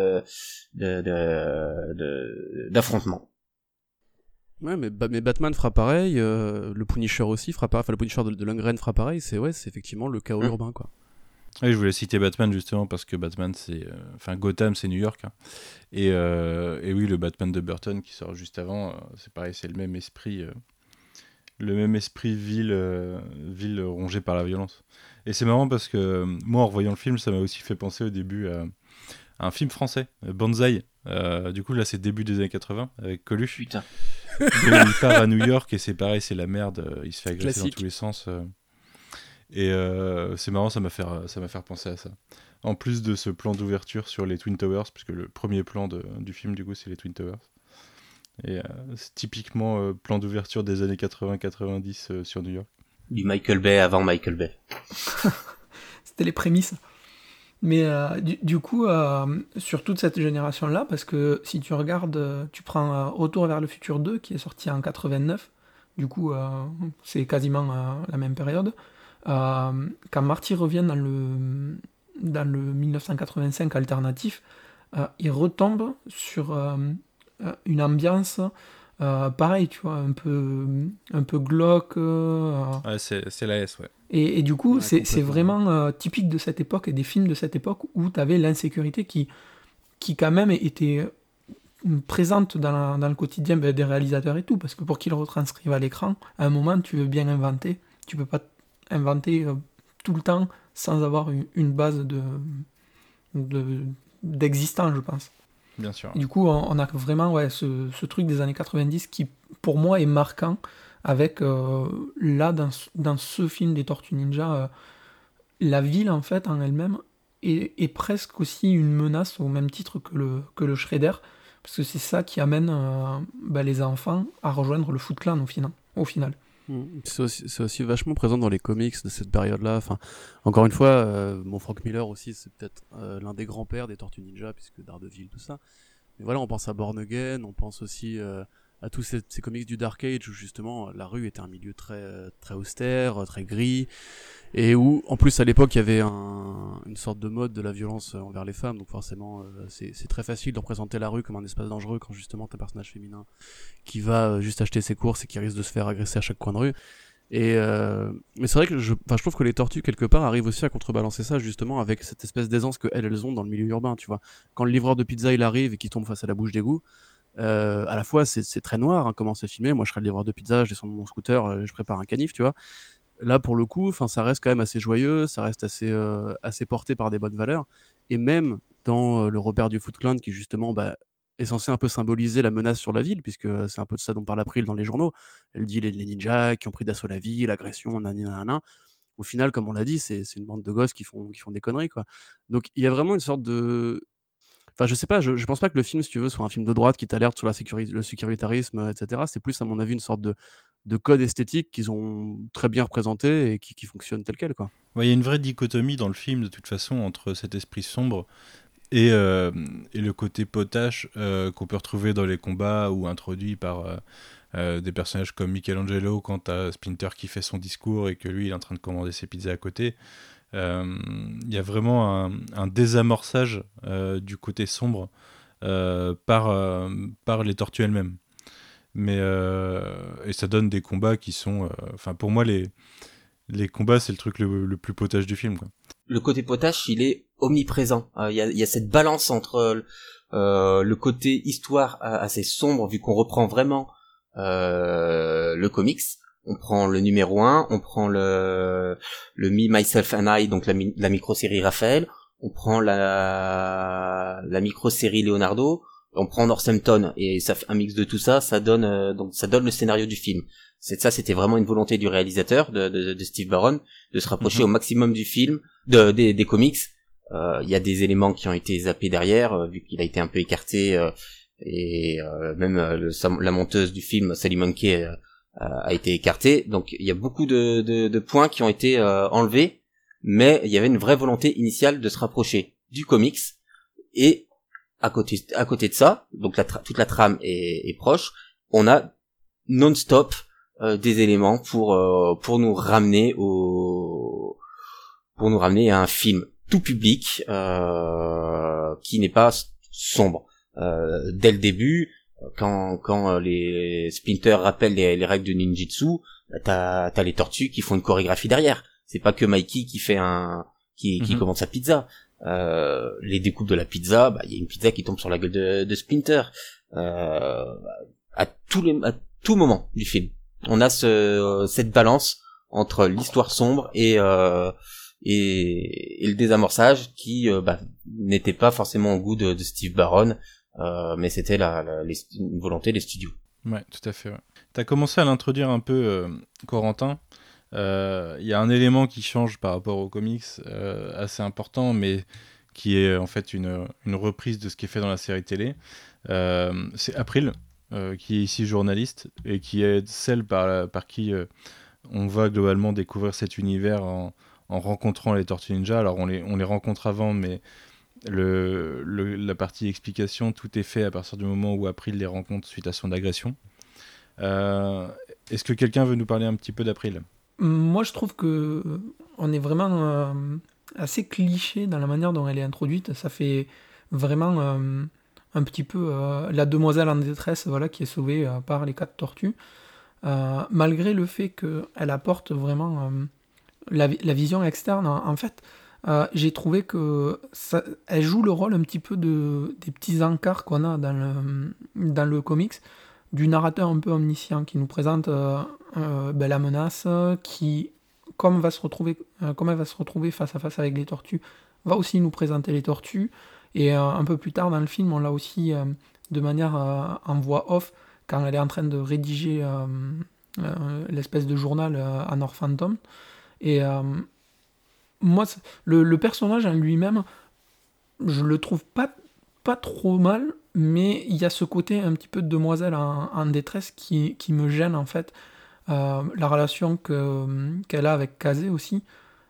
d'affrontement. Ouais, mais Batman fera pareil, le Punisher aussi fera pareil, enfin le Punisher de Lundgren fera pareil, c'est effectivement le chaos urbain, quoi. Oui, je voulais citer Batman justement parce que Batman, c'est. Enfin, Gotham, c'est New York. Hein. Et oui, le Batman de Burton qui sort juste avant, c'est pareil, c'est le même esprit. Le même esprit ville rongée par la violence. Et c'est marrant parce que moi, en revoyant le film, ça m'a aussi fait penser au début à un film français, Banzai. Du coup, là, c'est début des années 80, avec Coluche. Putain. Il part à New York et c'est pareil, c'est la merde. Il se fait agresser Classique. dans tous les sens. Et c'est marrant, ça m'a fait penser à ça. En plus de ce plan d'ouverture sur les Twin Towers, puisque le premier plan du film, du coup, c'est les Twin Towers. Et c'est typiquement plan d'ouverture des années 80-90 sur New York. Du Michael Bay avant Michael Bay. C'était les prémices. Mais du coup, sur toute cette génération-là, parce que si tu regardes, tu prends Retour vers le futur 2, qui est sorti en 89, du coup, c'est quasiment la même période. Quand Marty revient dans le 1985 alternatif, il retombe sur une ambiance pareil, tu vois, un peu glauque. Ouais, c'est la S, ouais. Et du coup, Ouais, c'est complètement. vraiment typique de cette époque et des films de cette époque où tu avais l'insécurité qui quand même était présente dans le quotidien des réalisateurs et tout, parce que pour qu'ils le retranscrivent à l'écran, à un moment, tu veux bien inventer. Tu peux pas inventer tout le temps sans avoir une base d'existence, je pense. Bien sûr. Et du coup, on a vraiment ouais, ce truc des années 90 qui, pour moi, est marquant avec, là, dans ce film des Tortues Ninja, la ville, en fait, en elle-même, est presque aussi une menace au même titre que le Shredder, parce que c'est ça qui amène les enfants à rejoindre le Foot Clan au final. C'est aussi vachement présent dans les comics de cette période-là. Enfin, encore une fois, mon Frank Miller aussi, c'est peut-être l'un des grands-pères des Tortues Ninja, puisque Daredevil, tout ça. Mais voilà, on pense à Born Again, on pense aussi à tous ces comics du Dark Age où justement la rue était un milieu très austère, très gris, et où en plus à l'époque il y avait une sorte de mode de la violence envers les femmes, donc forcément c'est très facile de représenter la rue comme un espace dangereux quand justement t'as un personnage féminin qui va juste acheter ses courses et qui risque de se faire agresser à chaque coin de rue. Et mais c'est vrai que je trouve que les Tortues quelque part arrivent aussi à contrebalancer ça justement avec cette espèce d'aisance que elles ont dans le milieu urbain, tu vois. Quand le livreur de pizza il arrive et qu'il tombe face à la bouche d'égout, à la fois c'est très noir hein, comment c'est filmé. Moi je serais le livreur de pizza, je descends de mon scooter, je prépare un canif, tu vois. Là pour le coup, enfin ça reste quand même assez joyeux, ça reste assez porté par des bonnes valeurs. Et même dans le Robert du Foot Clan qui justement est censé un peu symboliser la menace sur la ville, puisque c'est un peu de ça dont parle April dans les journaux. Elle dit les ninjas qui ont pris d'assaut la ville, l'agression, nanana. Au final, comme on l'a dit, c'est une bande de gosses qui font des conneries, quoi. Donc il y a vraiment une sorte de... Enfin, je sais pas, je pense pas que le film, si tu veux, soit un film de droite qui t'alerte sur le sécuritarisme, etc. C'est plus, à mon avis, une sorte de code esthétique qu'ils ont très bien représenté et qui fonctionne tel quel, quoi. Ouais, il y a une vraie dichotomie dans le film, de toute façon, entre cet esprit sombre et le côté potache qu'on peut retrouver dans les combats ou introduit par des personnages comme Michelangelo quand t'as Splinter qui fait son discours et que lui il est en train de commander ses pizzas à côté. Il y a vraiment un désamorçage du côté sombre par les tortues elles-mêmes. Et ça donne des combats qui sont... pour moi, les combats, c'est le truc le plus potage du film, quoi. Le côté potache, il est omniprésent. Il y a cette balance entre le côté histoire assez sombre, vu qu'on reprend vraiment le comics. On prend le numéro 1, on prend le Me, Myself and I, donc la micro-série Raphaël, on prend la micro-série Leonardo, on prend Northampton, et ça fait un mix de tout ça, ça donne le scénario du film. C'était vraiment une volonté du réalisateur, de Steve Barron, de se rapprocher au maximum du film, des comics. Il y a des éléments qui ont été zappés derrière, vu qu'il a été un peu écarté, et même la monteuse du film, Sally Monkey, a été écartée. Donc il y a beaucoup de points qui ont été enlevés, mais il y avait une vraie volonté initiale de se rapprocher du comics. Et à côté de ça, donc toute la trame est proche, on a non-stop des éléments pour nous ramener à un film tout public qui n'est pas sombre. Dès le début, quand les Splinter rappellent les règles de ninjutsu, t'as les tortues qui font une chorégraphie derrière. C'est pas que Mikey qui fait qui commande sa pizza. Les découpes de la pizza, il y a une pizza qui tombe sur la gueule de Splinter. À tout moment du film, on a cette balance entre l'histoire sombre et le désamorçage qui n'était pas forcément au goût de Steve Barron, mais c'était une volonté des studios. Ouais, tout à fait. Ouais. T'as commencé à l'introduire un peu, Corentin. Il y a un élément qui change par rapport aux comics assez important, mais qui est en fait une reprise de ce qui est fait dans la série télé. C'est April, qui est ici journaliste et qui est celle par qui on va globalement découvrir cet univers en rencontrant les Tortues Ninja. Alors on les rencontre avant, mais la partie explication, tout est fait à partir du moment où April les rencontre suite à son agression. Est-ce que quelqu'un veut nous parler un petit peu d'April ? Moi, je trouve que on est vraiment assez cliché dans la manière dont elle est introduite. Ça fait vraiment un petit peu la demoiselle en détresse, voilà, qui est sauvée par les 4 tortues. Malgré le fait qu'elle apporte vraiment la vision externe, en fait, j'ai trouvé que elle joue le rôle un petit peu des petits encarts qu'on a dans le comics, du narrateur un peu omniscient qui nous présente la menace, qui, comme elle va se retrouver face à face avec les tortues, va aussi nous présenter les tortues. Et un peu plus tard dans le film, on l'a aussi de manière en voix off, quand elle est en train de rédiger l'espèce de journal à Northampton. Et moi, le personnage en lui-même, je le trouve pas trop mal, mais il y a ce côté un petit peu de demoiselle en détresse qui me gêne, en fait. La relation qu'elle a avec Kazé aussi.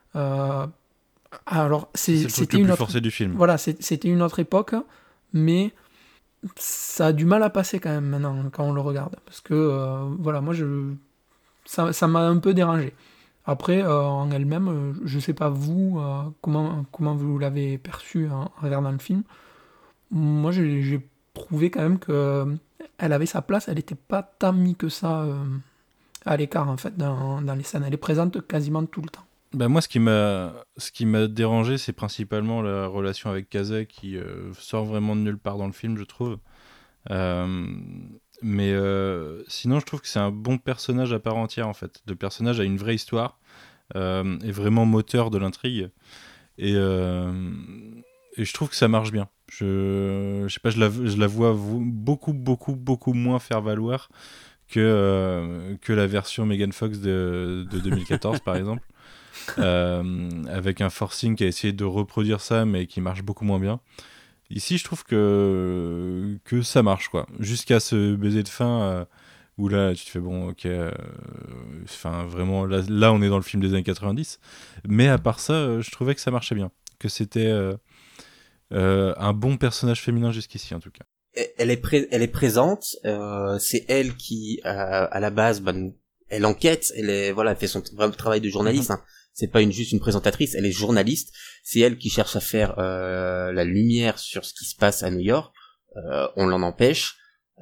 Alors, c'était une autre forcé du film. Voilà, c'était une autre époque, mais ça a du mal à passer quand même maintenant quand on le regarde, parce que voilà, moi ça m'a un peu dérangé. Après, en elle-même, je sais pas vous comment vous l'avez perçue en regardant le film. Moi, j'ai trouvé quand même que elle avait sa place, elle était pas tant mise que ça à l'écart en fait dans les scènes. Elle est présente quasiment tout le temps. Moi, ce qui m'a dérangé, c'est principalement la relation avec Kazé qui sort vraiment de nulle part dans le film, je trouve. Mais sinon, je trouve que c'est un bon personnage à part entière, en fait. Le personnage a une vraie histoire, est vraiment moteur de l'intrigue. Et je trouve que ça marche bien. Je sais pas, je la vois beaucoup moins faire valoir que la version Megan Fox de 2014, par exemple. Avec un forcing qui a essayé de reproduire ça mais qui marche beaucoup moins bien. Ici je trouve que ça marche quoi, jusqu'à ce baiser de fin où là tu te fais bon ok, vraiment là on est dans le film des années 90, mais à part ça je trouvais que ça marchait bien, que c'était un bon personnage féminin jusqu'ici en tout cas. Elle est présente. C'est elle qui, à la base, elle enquête. Elle fait son vrai travail de journaliste. Hein. C'est pas juste une présentatrice. Elle est journaliste. C'est elle qui cherche à faire la lumière sur ce qui se passe à New York. On l'en empêche.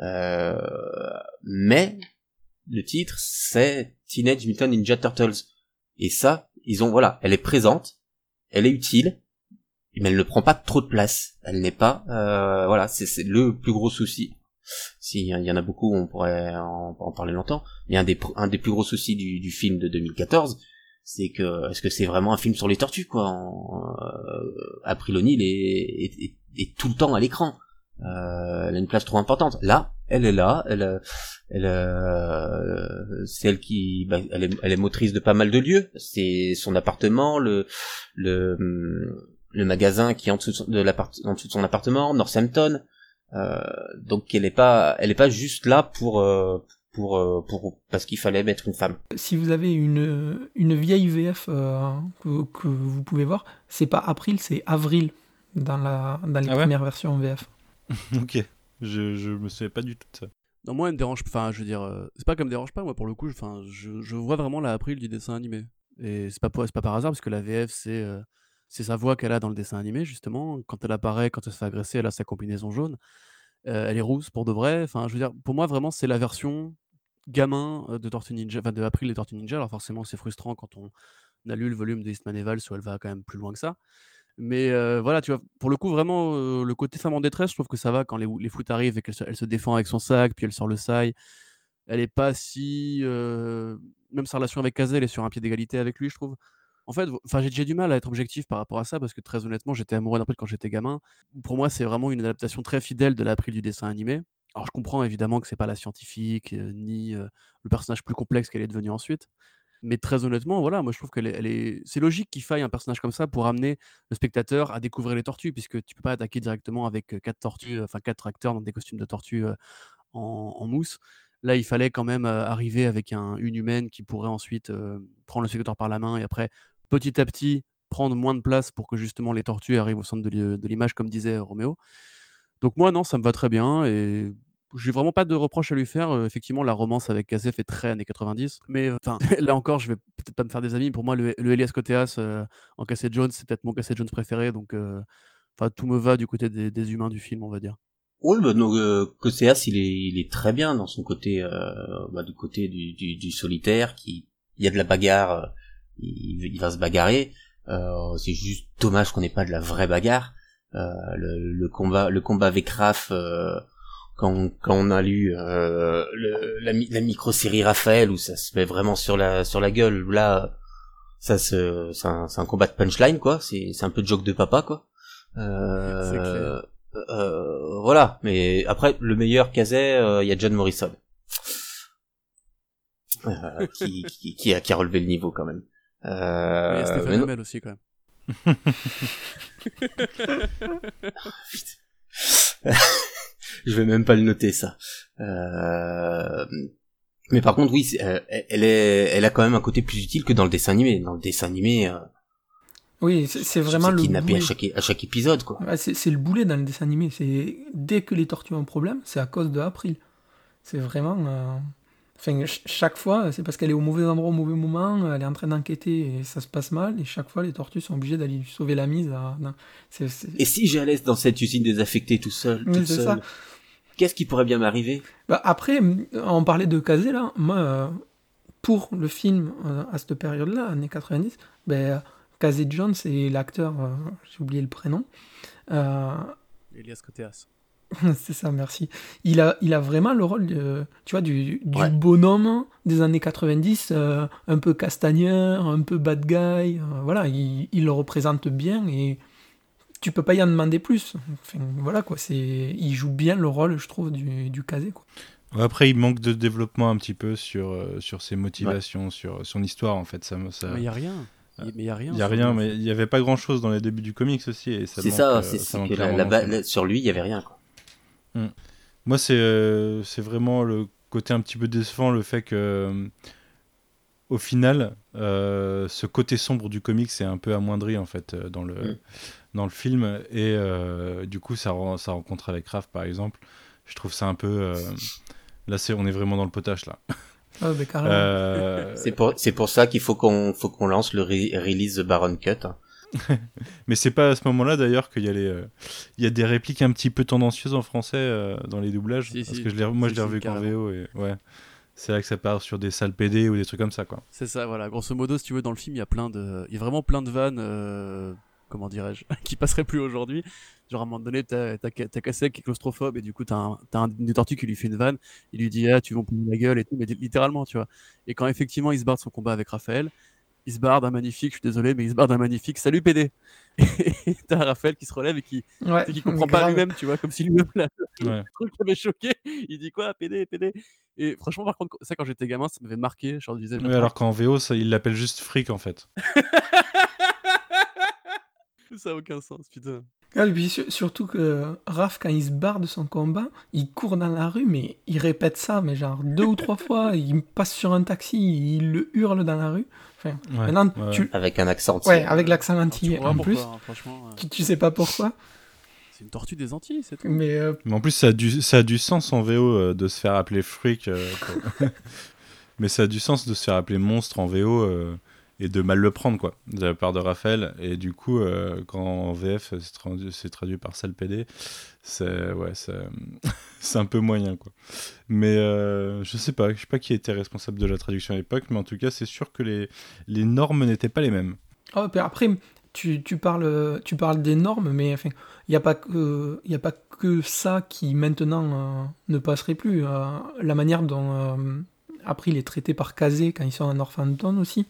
Mais le titre, c'est Teenage Mutant Ninja Turtles. Et ça, elle est présente. Elle est utile. Mais elle ne prend pas trop de place. Elle n'est pas, c'est le plus gros souci. S'il y en a beaucoup, on pourrait en parler longtemps. Mais un des plus gros soucis du film de 2014, c'est que, est-ce que c'est vraiment un film sur les tortues, quoi? April O'Neil est tout le temps à l'écran. Elle a une place trop importante. Là, elle est là. C'est elle qui, elle est motrice de pas mal de lieux. C'est son appartement, le magasin qui est en dessous de son appartement, Northampton. Donc elle est pas juste là pour parce qu'il fallait mettre une femme. Si vous avez une vieille VF que vous pouvez voir, c'est pas April, c'est Avril dans les premières versions en VF. Ok, je me souviens pas du tout de ça. Non, moi, elle me dérange. Enfin, je veux dire, c'est pas qu'elle me dérange pas. Moi, pour le coup, je vois vraiment la April du dessin animé. Et c'est pas par hasard parce que la VF, c'est sa voix qu'elle a dans le dessin animé, justement. Quand elle apparaît, quand elle se fait agresser, elle a sa combinaison jaune. Elle est rousse pour de vrai. Enfin, je veux dire, pour moi, vraiment, c'est la version gamin de Tortue Ninja, enfin de April et Tortue Ninja. Alors forcément, c'est frustrant quand on a lu le volume de Eastman et Valls où elle va quand même plus loin que ça. Mais voilà, tu vois, pour le coup, vraiment, le côté femme en détresse, je trouve que ça va quand les foot arrivent et elle se défend avec son sac, puis elle sort le sail. Elle est pas si... Même sa relation avec Kazé, elle est sur un pied d'égalité avec lui, je trouve. En fait, j'ai du mal à être objectif par rapport à ça, parce que très honnêtement, j'étais amoureux d'April quand j'étais gamin. Pour moi, c'est vraiment une adaptation très fidèle de l'April du dessin animé. Alors je comprends évidemment que c'est pas la scientifique, ni le personnage plus complexe qu'elle est devenue ensuite. Mais très honnêtement, voilà, moi je trouve c'est logique qu'il faille un personnage comme ça pour amener le spectateur à découvrir les tortues, puisque tu peux pas attaquer directement avec 4 tortues, enfin 4 acteurs dans des costumes de tortues en mousse. Là, il fallait quand même arriver avec une humaine qui pourrait ensuite prendre le spectateur par la main et après, petit à petit, prendre moins de place pour que justement les tortues arrivent au centre de l'image, comme disait Roméo. Donc moi, non, ça me va très bien et j'ai vraiment pas de reproche à lui faire. Effectivement, la romance avec Kazé fait très années 90. Mais là encore, je vais peut-être pas me faire des amis. Pour moi, le Elias Koteas en Casey Jones, c'est peut-être mon Casey Jones préféré. Donc, tout me va du côté des humains du film, on va dire. Oui, Koseas, il est très bien dans son côté, du côté du solitaire, il y a de la bagarre, il va se bagarrer. C'est juste dommage qu'on n'ait pas de la vraie bagarre. Le combat avec Raph, quand on a lu la micro-série Raphaël où ça se met vraiment sur la gueule, là c'est un combat de punchline, quoi. C'est un peu de joke de papa, quoi. C'est clair. Voilà, mais après le meilleur Kazé, il y a John Morrison qui a relevé le niveau quand même. Il y a Stéphane Hamel aussi quand même. Je vais même pas le noter, ça. Mais par contre, oui, elle a quand même un côté plus utile que dans le dessin animé. Dans le dessin animé, oui, c'est vraiment le kidnappé à chaque épisode, quoi. Ouais, c'est le boulet dans le dessin animé. C'est dès que les tortues ont un problème, c'est à cause de April. C'est vraiment. Chaque fois, c'est parce qu'elle est au mauvais endroit au mauvais moment. Elle est en train d'enquêter et ça se passe mal. Et chaque fois, les tortues sont obligées d'aller lui sauver la mise. Et si j'allais dans cette usine désaffectée toute seule, qu'est-ce qui pourrait bien m'arriver ? Après, on parlait de Kazé là. Moi, pour le film à cette période-là, années 90, Kazé Jones, c'est l'acteur, j'ai oublié le prénom. Elias Koteas. C'est ça, merci. Il a vraiment le rôle du bonhomme des années 90, un peu castagneur, un peu bad guy. Voilà, il le représente bien et tu peux pas y en demander plus. Voilà quoi, il joue bien le rôle, je trouve, du Kazé, quoi. Après, il manque de développement un petit peu sur ses motivations, sur son histoire, en fait. Ça... Mais il y a rien. Mais il y a rien. Il y a rien, mais il y avait pas grand-chose dans les débuts du comics aussi. Et ça sur lui, il y avait rien, quoi. Moi, c'est vraiment le côté un petit peu décevant, le fait que au final, ce côté sombre du comics est un peu amoindri en fait dans dans le film, et du coup sa rencontre avec Raph par exemple, je trouve ça un peu là on est vraiment dans le potache là. Ah, mais carrément. C'est pour ça qu'il faut qu'on lance le release The Baron Cut. Mais c'est pas à ce moment-là d'ailleurs qu'il y a il y a des répliques un petit peu tendancieuses en français dans les doublages, parce que je l'ai revu qu'en VO, et ouais, c'est là que ça part sur des sales PD ou des trucs comme ça, quoi. C'est ça, voilà. Grosso modo, si tu veux, dans le film, il y a vraiment plein de vannes, comment dirais-je, qui passeraient plus aujourd'hui. Genre, à un moment donné, t'as Kasek qui est claustrophobe, et du coup, t'as un des tortues qui lui fait une vanne, il lui dit, ah, tu vas me prendre la gueule, et tout, mais littéralement, tu vois. Et quand effectivement, il se barre de son combat avec Raphaël, il se barre d'un magnifique, je suis désolé, mais il se barre d'un magnifique, salut PD. Et t'as Raphaël qui se relève et qui comprend pas lui-même, tu vois, comme si lui-même, le truc l'avait choqué. Il dit quoi, PD. Et franchement, par contre, ça, quand j'étais gamin, ça m'avait marqué. Genre, je disais, oui, alors qu'en VO, il l'appelle juste fric, en fait. Ça a aucun sens, putain. Ah, et puis surtout que Raph, quand il se barre de son combat, il court dans la rue, mais il répète ça, mais genre 2 ou 3 fois, il passe sur un taxi, il le hurle dans la rue. Enfin, maintenant, avec un accent antillais. Ouais, avec l'accent antillais en plus. Hein, franchement, tu sais pas pourquoi. C'est une tortue des Antilles, c'est tout. Mais en plus, ça a du sens en VO de se faire appeler freak. Mais ça a du sens de se faire appeler monstre en VO et de mal le prendre, quoi, de la part de Raphaël. Et du coup, quand en VF c'est traduit par sale PD, c'est un peu moyen, quoi. Mais je sais pas qui était responsable de la traduction à l'époque, mais en tout cas, c'est sûr que les normes n'étaient pas les mêmes. Oh, puis après, tu parles des normes, mais enfin, il n'y a pas que ça qui maintenant ne passerait plus. La manière dont April est traité par Kazé quand ils sont en Northampton aussi,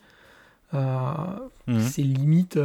c'est limite.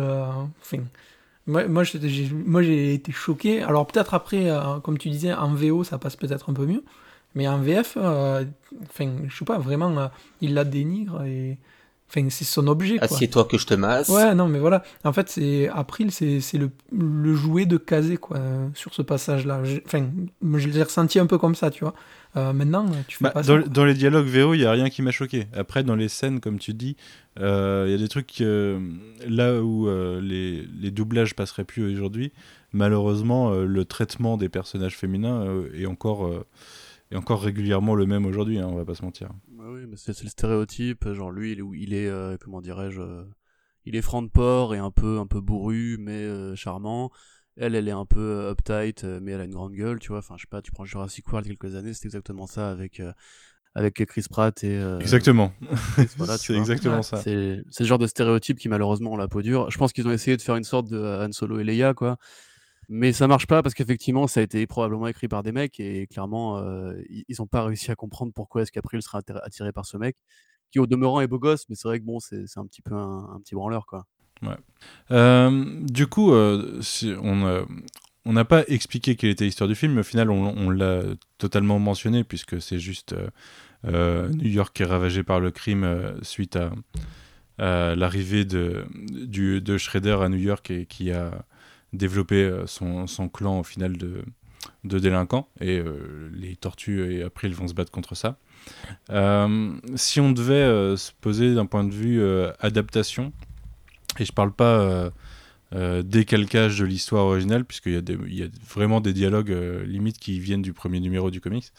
Moi, j'ai été choqué. Alors peut-être après, comme tu disais, en VO ça passe peut-être un peu mieux, mais en VF, je sais pas, vraiment, il la dénigre et. Enfin, c'est son objet, quoi. Assieds-toi que je te masse. Ouais, non, mais voilà. En fait, April, c'est le jouet de Kazé, quoi, sur ce passage-là. Je l'ai ressenti un peu comme ça, tu vois. Maintenant, tu fais pas ça. Dans les dialogues VO, il n'y a rien qui m'a choqué. Après, dans les scènes, comme tu dis, il y a des trucs là où les doublages passeraient plus aujourd'hui. Malheureusement, le traitement des personnages féminins est encore régulièrement le même aujourd'hui, hein, on va pas se mentir. Oui, mais c'est le stéréotype, genre lui il est comment dirais-je, il est franc de port et un peu bourru mais charmant. Elle est un peu uptight mais elle a une grande gueule, tu vois. Enfin, je sais pas, tu prends Jurassic World il y a quelques années, c'était exactement ça avec Chris Pratt et exactement. Voilà, c'est exactement ça. C'est le genre de stéréotype qui malheureusement ont la peau dure. Je pense qu'ils ont essayé de faire une sorte de Han Solo et Leia, quoi. Mais ça marche pas parce qu'effectivement ça a été probablement écrit par des mecs et clairement ils ont pas réussi à comprendre pourquoi est-ce qu'April sera attiré par ce mec qui au demeurant est beau gosse, mais c'est vrai que bon c'est un petit peu un petit branleur, quoi. Ouais. Du coup on n'a pas expliqué quelle était l'histoire du film, mais au final on l'a totalement mentionné puisque c'est juste New York qui est ravagé par le crime suite à l'arrivée de Shredder à New York et qui a développer son clan au final de délinquants, et les tortues et April vont se battre contre ça. Si on devait se poser d'un point de vue adaptation, et je parle pas décalcage de l'histoire originale, puisqu'il y a vraiment des dialogues limites qui viennent du premier numéro du comics,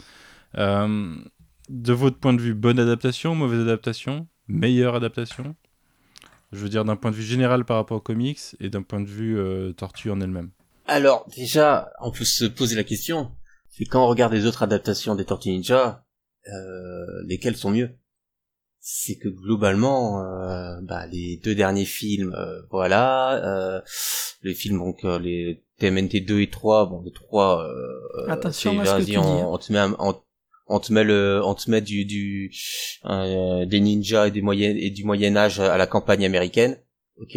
de votre point de vue, bonne adaptation, mauvaise adaptation, meilleure adaptation? Je veux dire d'un point de vue général par rapport aux comics et d'un point de vue Tortue en elle-même. Alors déjà, on peut se poser la question, c'est quand on regarde les autres adaptations des Tortues Ninja, lesquelles sont mieux? C'est que globalement, les 2 derniers films, les films donc les TMNT 2 et 3, bon les 3, attention à ce que tu dis. On te met des ninjas et du Moyen Âge à la campagne américaine, ok.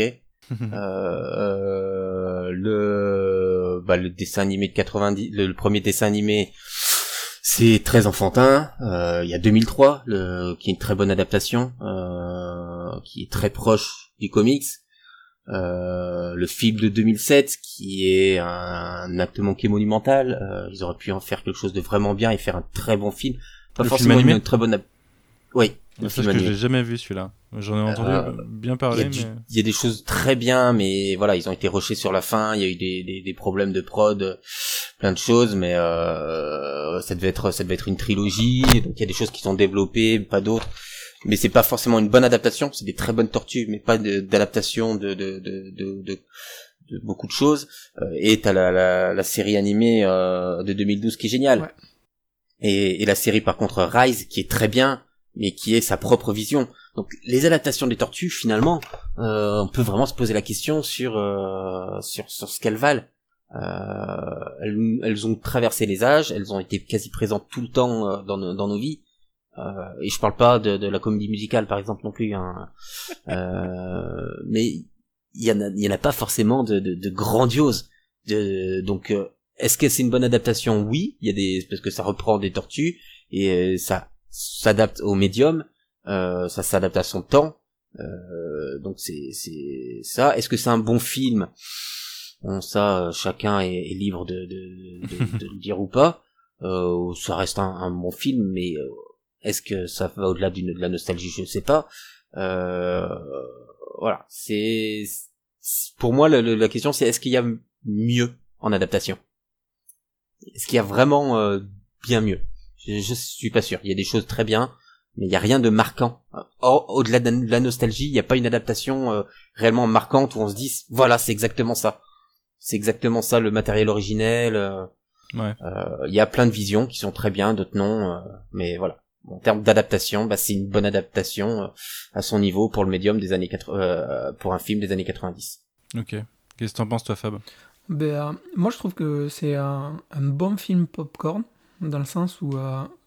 Le dessin animé de 90, le premier dessin animé, c'est très enfantin. Il y a 2003, qui est une très bonne adaptation, qui est très proche du comics. Le film de 2007, qui est un acte manqué monumental. Ils auraient pu en faire quelque chose de vraiment bien et faire un très bon film. Pas le forcément film animé, une très bonne. Oui. C'est que je l'ai jamais vu celui-là. J'en ai entendu bien parler, mais... Il y a des choses très bien, mais voilà, ils ont été rushés sur la fin, il y a eu des problèmes de prod, plein de choses, mais ça devait être une trilogie, donc il y a des choses qui sont développées, pas d'autres. Mais c'est pas forcément une bonne adaptation, c'est des très bonnes tortues, mais pas d'adaptation de beaucoup de choses. Et t'as la série animée de 2012 qui est géniale. Ouais. Et la série par contre Rise qui est très bien, mais qui est sa propre vision. Donc les adaptations des tortues, finalement, on peut vraiment se poser la question sur ce qu'elles valent. Elles ont traversé les âges, elles ont été quasi présentes tout le temps dans nos vies. Et je parle pas de la comédie musicale par exemple non plus, hein. Mais il y en a pas forcément de grandiose. Donc est-ce que c'est une bonne adaptation? Oui, il y a parce que ça reprend des tortues et ça s'adapte au médium, ça s'adapte à son temps. Donc c'est ça. Est-ce que c'est un bon film? Bon, ça chacun est libre de le dire ou pas. Ça reste un bon film, mais est-ce que ça va au-delà de la nostalgie? Je ne sais pas. Voilà, pour moi la question c'est est-ce qu'il y a mieux en adaptation? Est-ce qu'il y a vraiment bien mieux? Je suis pas sûr. Il y a des choses très bien, mais il y a rien de marquant. Au-delà de la nostalgie, il n'y a pas une adaptation réellement marquante où on se dit voilà, c'est exactement ça. C'est exactement ça le matériel originel. Ouais. Il y a plein de visions qui sont très bien, d'autres non, mais voilà. En termes d'adaptation, c'est une bonne adaptation à son niveau pour le médium des années pour un film des années 90. Ok. Qu'est-ce que t'en penses toi, Fab? Moi je trouve que c'est un bon film popcorn, dans le sens où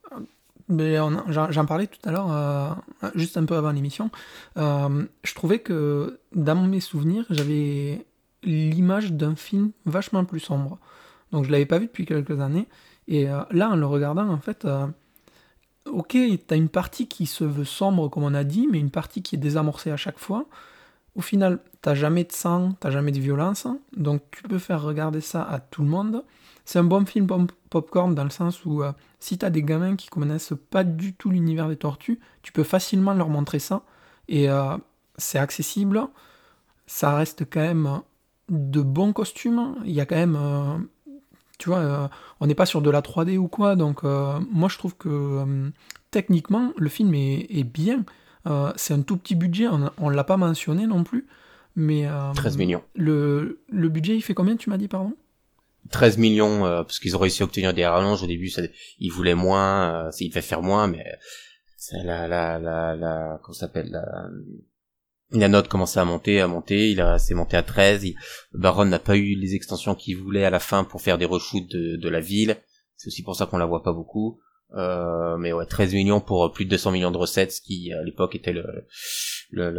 j'en parlais tout à l'heure, juste un peu avant l'émission. Je trouvais que dans mes souvenirs j'avais l'image d'un film vachement plus sombre, donc je l'avais pas vu depuis quelques années, et là en le regardant en fait, ok, t'as une partie qui se veut sombre comme on a dit, mais une partie qui est désamorcée à chaque fois. Au final, t'as jamais de sang, t'as jamais de violence, donc tu peux faire regarder ça à tout le monde. C'est un bon film popcorn dans le sens où si t'as des gamins qui connaissent pas du tout l'univers des tortues, tu peux facilement leur montrer ça, et c'est accessible, ça reste quand même de bons costumes, il y a quand même... tu vois, on n'est pas sur de la 3D ou quoi, donc moi je trouve que techniquement le film est bien. C'est un tout petit budget, on l'a pas mentionné non plus, mais 13 millions. Le budget il fait combien, tu m'as dit, pardon? 13 millions, parce qu'ils ont réussi à obtenir des rallonges au début, ils voulaient moins, ils devaient faire moins, mais c'est comment ça s'appelle, la note commençait à monter, c'est monté à 13, Baron n'a pas eu les extensions qu'il voulait à la fin pour faire des reshoots de la ville, c'est aussi pour ça qu'on la voit pas beaucoup, mais ouais, 13 millions pour plus de 200 millions de recettes, ce qui à l'époque était le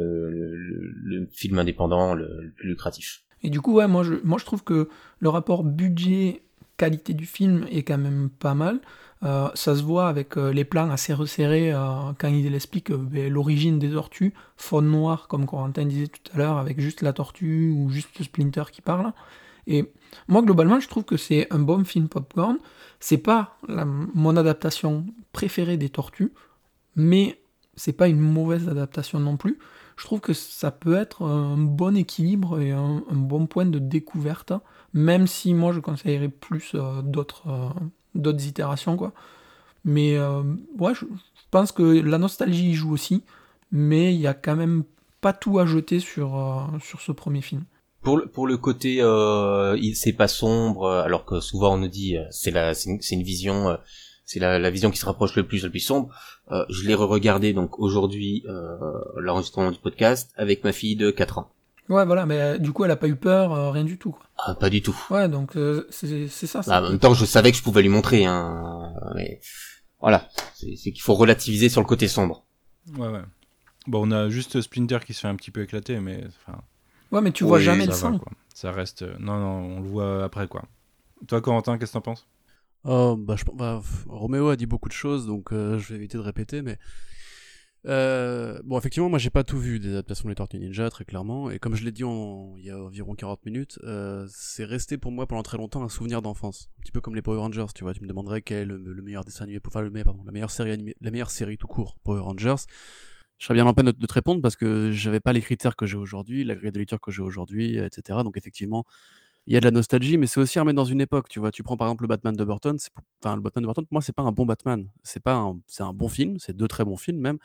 film indépendant le plus lucratif. Et du coup, ouais, moi je trouve que le rapport budget-qualité du film est quand même pas mal. Ça se voit avec les plans assez resserrés quand il explique l'origine des tortues, fond noir comme Corentin disait tout à l'heure, avec juste la tortue ou juste Splinter qui parle. Et moi globalement je trouve que c'est un bon film popcorn. C'est pas mon adaptation préférée des tortues, mais c'est pas une mauvaise adaptation non plus. Je trouve que ça peut être un bon équilibre et un bon point de découverte, même si moi je conseillerais plus d'autres itérations, quoi. Mais ouais, je pense que la nostalgie y joue aussi, mais il y a quand même pas tout à jeter sur ce premier film. Pour le côté c'est pas sombre, alors que souvent on nous dit c'est une vision, c'est la vision qui se rapproche le plus sombre. Je l'ai re-regardé donc aujourd'hui, l'enregistrement du podcast, avec ma fille de 4 ans. Ouais, voilà, mais du coup elle a pas eu peur, rien du tout, quoi. Ah, pas du tout. Ouais, donc c'est ça. En même temps, je savais que je pouvais lui montrer, mais voilà, c'est qu'il faut relativiser sur le côté sombre. Ouais. Bon, on a juste Splinter qui se fait un petit peu éclater, mais enfin. Ouais, mais tu vois jamais le sang. Quoi. Ça reste. Non, on le voit après, quoi. Toi, Corentin, qu'est-ce que t'en penses? Roméo a dit beaucoup de choses, donc je vais éviter de répéter, mais bon, effectivement, moi j'ai pas tout vu des adaptations des Tortues Ninja, très clairement, et comme je l'ai dit il y a environ 40 minutes, c'est resté pour moi pendant très longtemps un souvenir d'enfance, un petit peu comme les Power Rangers, tu vois. Tu me demanderais quel est le meilleur dessin animé, la meilleure série tout court, Power Rangers. Je serais bien en peine de te répondre parce que j'avais pas les critères que j'ai aujourd'hui, la grille de lecture que j'ai aujourd'hui, etc. Donc effectivement, il y a de la nostalgie, mais c'est aussi remettre dans une époque, tu vois. Tu prends par exemple le Batman de Burton, le Batman de Burton, pour moi, c'est pas un bon Batman. C'est un bon film, c'est deux très bons films même.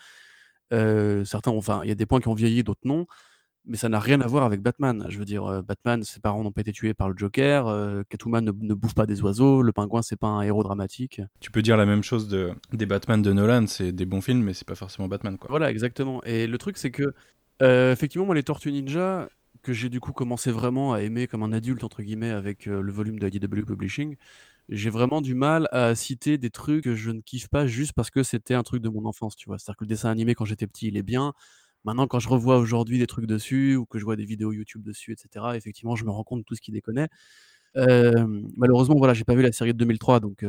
Il y a des points qui ont vieilli, d'autres non. Mais ça n'a rien à voir avec Batman. Je veux dire, Batman, ses parents n'ont pas été tués par le Joker, Catwoman ne bouffe pas des oiseaux, le Pingouin, c'est pas un héros dramatique. Tu peux dire la même chose des Batman de Nolan, c'est des bons films, mais c'est pas forcément Batman, quoi. Voilà, exactement. Et le truc, c'est que, effectivement, moi, les Tortues Ninja, que j'ai du coup commencé vraiment à aimer comme un adulte, entre guillemets, avec le volume de IDW Publishing, j'ai vraiment du mal à citer des trucs que je ne kiffe pas juste parce que c'était un truc de mon enfance, tu vois. C'est-à-dire que le dessin animé, quand j'étais petit, il est bien. Maintenant, quand je revois aujourd'hui des trucs dessus ou que je vois des vidéos YouTube dessus, etc., effectivement, je me rends compte de tout ce qui déconnait. Malheureusement, voilà, j'ai pas vu la série de 2003, donc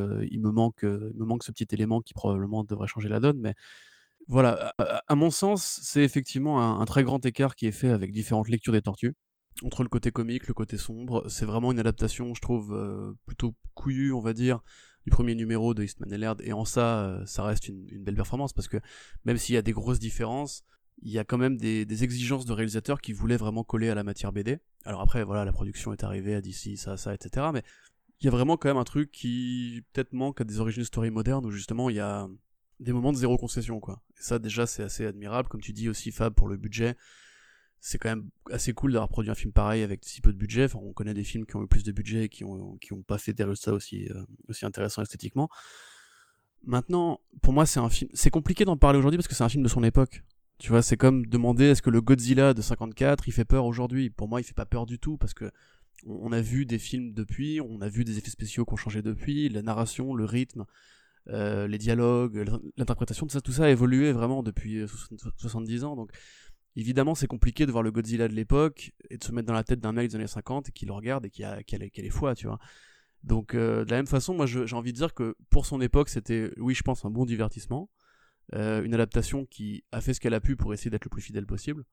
il me manque ce petit élément qui probablement devrait changer la donne. Mais voilà, à mon sens, c'est effectivement un très grand écart qui est fait avec différentes lectures des Tortues. Entre le côté comique, le côté sombre, c'est vraiment une adaptation, je trouve, plutôt couillue, on va dire, du premier numéro de Eastman et Laird, et en ça, ça reste une belle performance, parce que même s'il y a des grosses différences, il y a quand même des exigences de réalisateurs qui voulaient vraiment coller à la matière BD. Alors après, voilà, la production est arrivée à DC, ça, etc., mais il y a vraiment quand même un truc qui peut-être manque à des origin story modernes, où justement, il y a des moments de zéro concession, quoi. Et ça, déjà, c'est assez admirable, comme tu dis aussi, Fab, pour le budget. C'est quand même assez cool d'avoir produit un film pareil avec si peu de budget. Enfin, on connaît des films qui ont eu plus de budget et qui ont pas fait des résultats aussi intéressants esthétiquement. Maintenant, pour moi, c'est un film. C'est compliqué d'en parler aujourd'hui parce que c'est un film de son époque. Tu vois, c'est comme demander est-ce que le Godzilla de 54 il fait peur aujourd'hui. Pour moi, il fait pas peur du tout parce que on a vu des films depuis, on a vu des effets spéciaux qui ont changé depuis, la narration, le rythme, les dialogues, l'interprétation, tout ça a évolué vraiment depuis 70 ans. Donc évidemment, c'est compliqué de voir le Godzilla de l'époque et de se mettre dans la tête d'un mec des années 50 et qui le regarde et qui a les foi, tu vois. Donc, de la même façon, moi, j'ai envie de dire que pour son époque, c'était, oui, je pense, un bon divertissement. Une adaptation qui a fait ce qu'elle a pu pour essayer d'être le plus fidèle possible.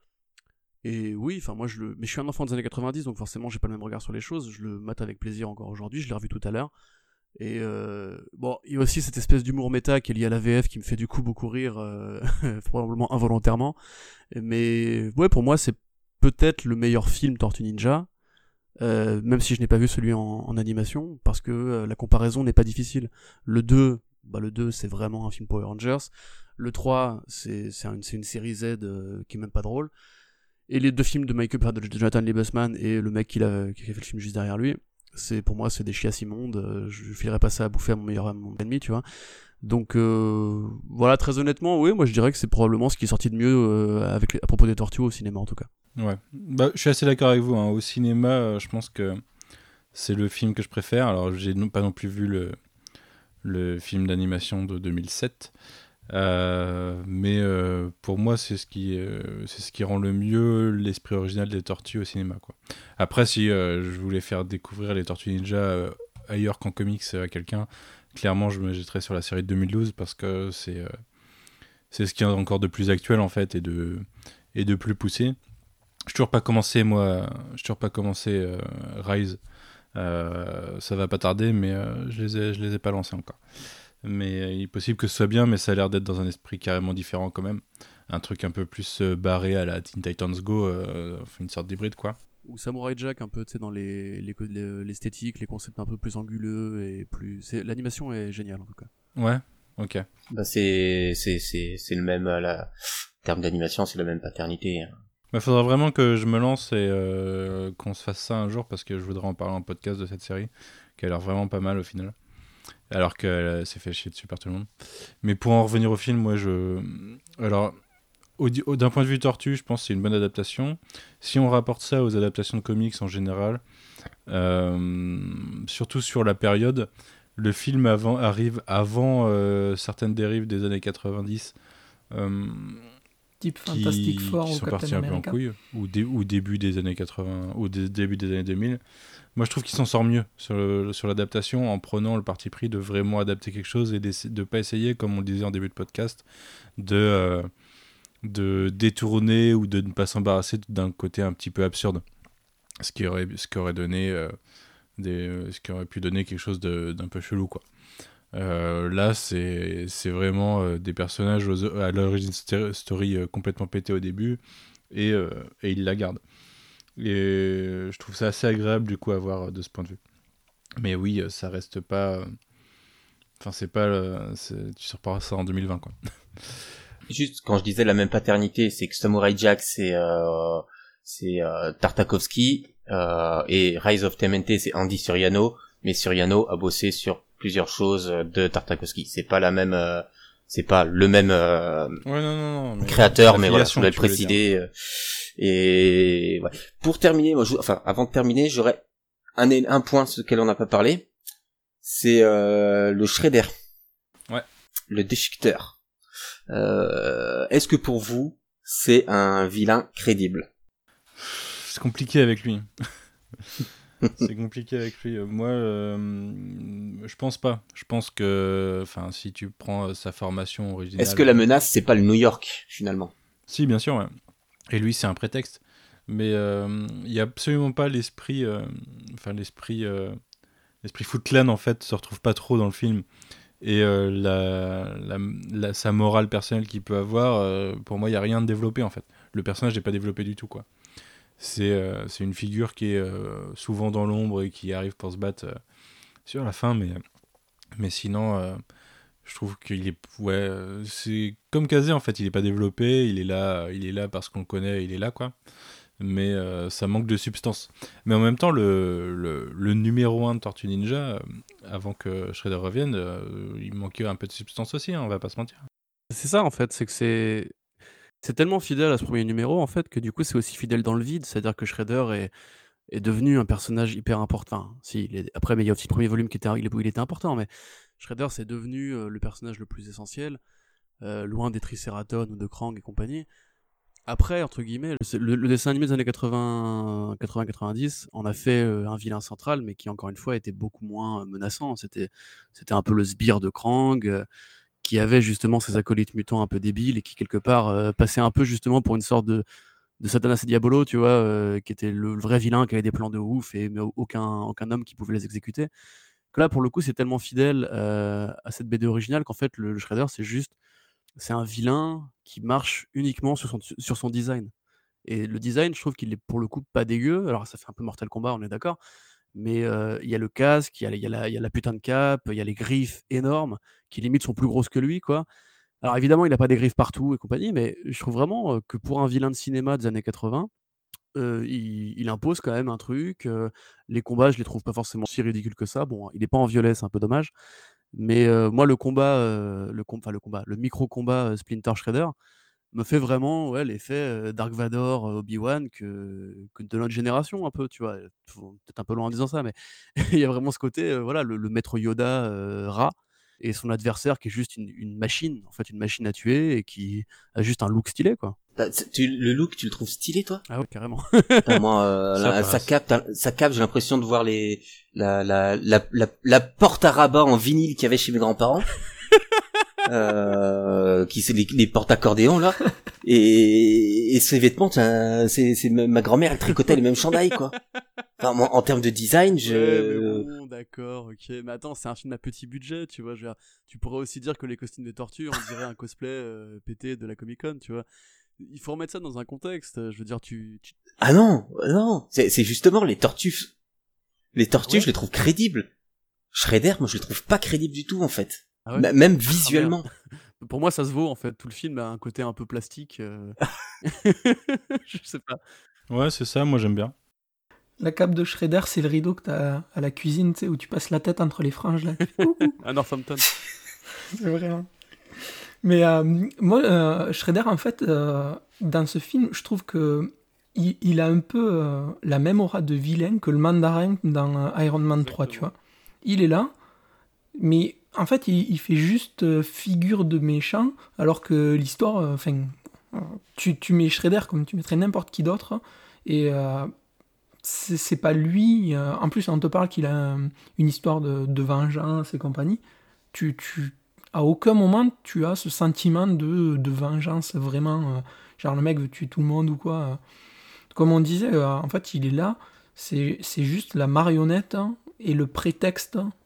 Et oui, enfin, mais je suis un enfant des années 90, donc forcément, j'ai pas le même regard sur les choses. Je le mate avec plaisir encore aujourd'hui. Je l'ai revu tout à l'heure. Et bon, il y a aussi cette espèce d'humour méta qui est lié à la VF qui me fait du coup beaucoup rire, probablement involontairement. Mais ouais, pour moi, c'est peut-être le meilleur film Tortue Ninja, même si je n'ai pas vu celui en animation, parce que la comparaison n'est pas difficile. Le 2, c'est vraiment un film Power Rangers. Le 3, c'est une série Z qui est même pas drôle. Et les deux films de de Jonathan Liebesman et le mec qui a fait le film juste derrière lui, pour moi, c'est des chiasses immondes. Je filerais pas ça à bouffer à mon ennemi, tu vois. Donc voilà, très honnêtement, oui, moi je dirais que c'est probablement ce qui est sorti de mieux à propos des Tortues au cinéma en tout cas. Ouais, bah, je suis assez d'accord avec vous, hein. Au cinéma, je pense que c'est le film que je préfère. Alors, j'ai pas non plus vu le film d'animation de 2007, mais pour moi, c'est ce qui rend le mieux l'esprit original des Tortues au cinéma, quoi. Après, si je voulais faire découvrir les Tortues Ninja ailleurs qu'en comics à quelqu'un, clairement, je me jetterais sur la série de 2012 parce que c'est ce qui est encore de plus actuel en fait et de plus poussé. Je n'ai toujours pas commencé Rise. Ça va pas tarder, mais je les ai pas lancés encore. Mais il est possible que ce soit bien, mais ça a l'air d'être dans un esprit carrément différent quand même. Un truc un peu plus barré à la Teen Titans Go, une sorte d'hybride quoi. Ou Samurai Jack un peu, tu sais, dans l'esthétique, les concepts un peu plus anguleux et plus. L'animation est géniale en tout cas. Ouais, ok. Bah c'est le même en termes d'animation, c'est la même paternité. Bah, faudra vraiment que je me lance et qu'on se fasse ça un jour parce que je voudrais en parler en podcast de cette série qui a l'air vraiment pas mal au final. Alors qu'elle s'est fait chier dessus par tout le monde. Mais pour en revenir au film, moi alors d'un point de vue Tortue, je pense que c'est une bonne adaptation. Si on rapporte ça aux adaptations de comics en général, surtout sur la période, le film arrive avant certaines dérives des années 90. Type Fantastic Four qui ou sont Captain partis un peu en America. couille, ou début des années 80, ou début des années 2000. Moi, je trouve qu'il s'en sort mieux sur l'adaptation en prenant le parti pris de vraiment adapter quelque chose et de pas essayer, comme on le disait en début de podcast, de détourner ou de ne pas s'embarrasser d'un côté un petit peu absurde. Ce qui aurait pu donner quelque chose d'un peu chelou, quoi. Là, c'est vraiment des personnages à l'origine story complètement pétés au début, et ils la gardent. Et je trouve ça assez agréable du coup à voir de ce point de vue. Mais oui, ça reste pas. Enfin, c'est pas. Tu sors pas ça en 2020, quoi. Juste, quand je disais la même paternité, c'est que Samurai Jack, c'est Tartakovsky, et Rise of TMNT, c'est Andy Suriano, mais Suriano a bossé sur plusieurs choses de Tartakovsky. C'est pas la même, c'est pas le même Ouais, non, mais créateur, mais voilà, je l'affiliation, voulais le tu voulais préciser. Et ouais. Pour terminer, moi, avant de terminer, j'aurais un point sur lequel on n'a pas parlé, c'est le shredder. Ouais. Le déchiqueteur. Est-ce que pour vous, c'est un vilain crédible? C'est compliqué avec lui. C'est compliqué avec lui. Moi, je pense pas. Je pense que, enfin, si tu prends sa formation originale... Est-ce que la menace, c'est pas le New York, finalement? Si, bien sûr, ouais. Et lui, c'est un prétexte. Mais il y a absolument pas l'esprit... l'esprit Foot Clan, en fait, se retrouve pas trop dans le film. Et sa morale personnelle qu'il peut avoir, pour moi, il y a rien de développé, en fait. Le personnage n'est pas développé du tout, quoi. C'est une figure qui est souvent dans l'ombre et qui arrive pour se battre sur la fin, mais sinon, je trouve qu'il est... Ouais, c'est comme Kazé, en fait, il est pas développé, il est là parce qu'on le connaît, il est là, quoi. Mais ça manque de substance. Mais en même temps, le numéro 1 de Tortue Ninja, avant que Shredder revienne, il manquait un peu de substance aussi, hein, on va pas se mentir. C'est ça en fait, c'est que c'est tellement fidèle à ce premier numéro en fait que du coup c'est aussi fidèle dans le vide, c'est-à-dire que Shredder est devenu un personnage hyper important. Enfin, si, après, mais il y a aussi le premier volume qui il était important, mais Shredder c'est devenu le personnage le plus essentiel, loin des Triceratops ou de Krang et compagnie. Après, entre guillemets, le dessin animé des années 80-90 en a fait un vilain central, mais qui encore une fois était beaucoup moins menaçant. C'était un peu le sbire de Krang, qui avait justement ses acolytes mutants un peu débiles et qui quelque part passait un peu justement pour une sorte de Satanas et Diabolo, tu vois, qui était le vrai vilain qui avait des plans de ouf mais aucun homme qui pouvait les exécuter. Que là, pour le coup, c'est tellement fidèle à cette BD originale qu'en fait, le Shredder, c'est un vilain qui marche uniquement sur son design. Et le design, je trouve qu'il est pour le coup pas dégueu. Alors, ça fait un peu Mortal Kombat, on est d'accord. Mais il y a le casque, il y a la putain de cape, il y a les griffes énormes qui limite sont plus grosses que lui, quoi. Alors évidemment, il a pas des griffes partout et compagnie, mais je trouve vraiment que pour un vilain de cinéma des années 80, il impose quand même un truc. Les combats, je les trouve pas forcément si ridicules que ça. Bon, il est pas en violet, c'est un peu dommage. Mais moi, le micro-combat Splinter Shredder me fait vraiment l'effet Dark Vador, Obi-Wan que de notre génération un peu, tu vois? Peut-être un peu loin en disant ça, mais il y a vraiment ce côté, voilà, le maître Yoda, rat et son adversaire qui est juste une machine, en fait, une machine à tuer et qui a juste un look stylé, quoi. Le look, tu le trouves stylé, toi? Ah ouais, carrément. Moi, sa cape, j'ai l'impression de voir la porte à rabat en vinyle qu'il y avait chez mes grands-parents. Qui c'est les portes accordéons là, et ses vêtements, c'est ma grand-mère, elle tricotait les mêmes chandails, quoi. Enfin, moi, en termes de design, Ouais, mais bon, d'accord, ok. Mais attends, c'est un film à petit budget, tu vois. Tu pourrais aussi dire que les costumes de tortue, on dirait un cosplay pété de la Comic-Con, tu vois. Il faut remettre ça dans un contexte. Je veux dire, Ah non, c'est justement les tortues. Les tortues, Ouais. je les trouve crédibles. Shredder, moi, je le trouve pas crédible du tout, en fait. Ah ouais. Même visuellement. Pour moi, ça se vaut en fait. Tout le film a un côté un peu plastique. Je sais pas. Ouais, c'est ça, moi j'aime bien. La cape de Shredder, c'est le rideau que t'as à la cuisine, tu sais, où tu passes la tête entre les franges, là. À Northampton. C'est vraiment... Mais moi, Shredder, en fait, dans ce film, je trouve que il a un peu la même aura de vilain que le mandarin dans Iron Man 3, tu vois. Il est là, mais en fait, il fait juste figure de méchant, alors que l'histoire, tu mets Shredder comme tu mettrais n'importe qui d'autre, et c'est pas lui. En plus, on te parle qu'il a une histoire de vengeance et compagnie. À aucun moment, tu as ce sentiment de vengeance vraiment. Genre, le mec veut tuer tout le monde ou quoi. Comme on disait, en fait, il est là. C'est juste la marionnette et le prétexte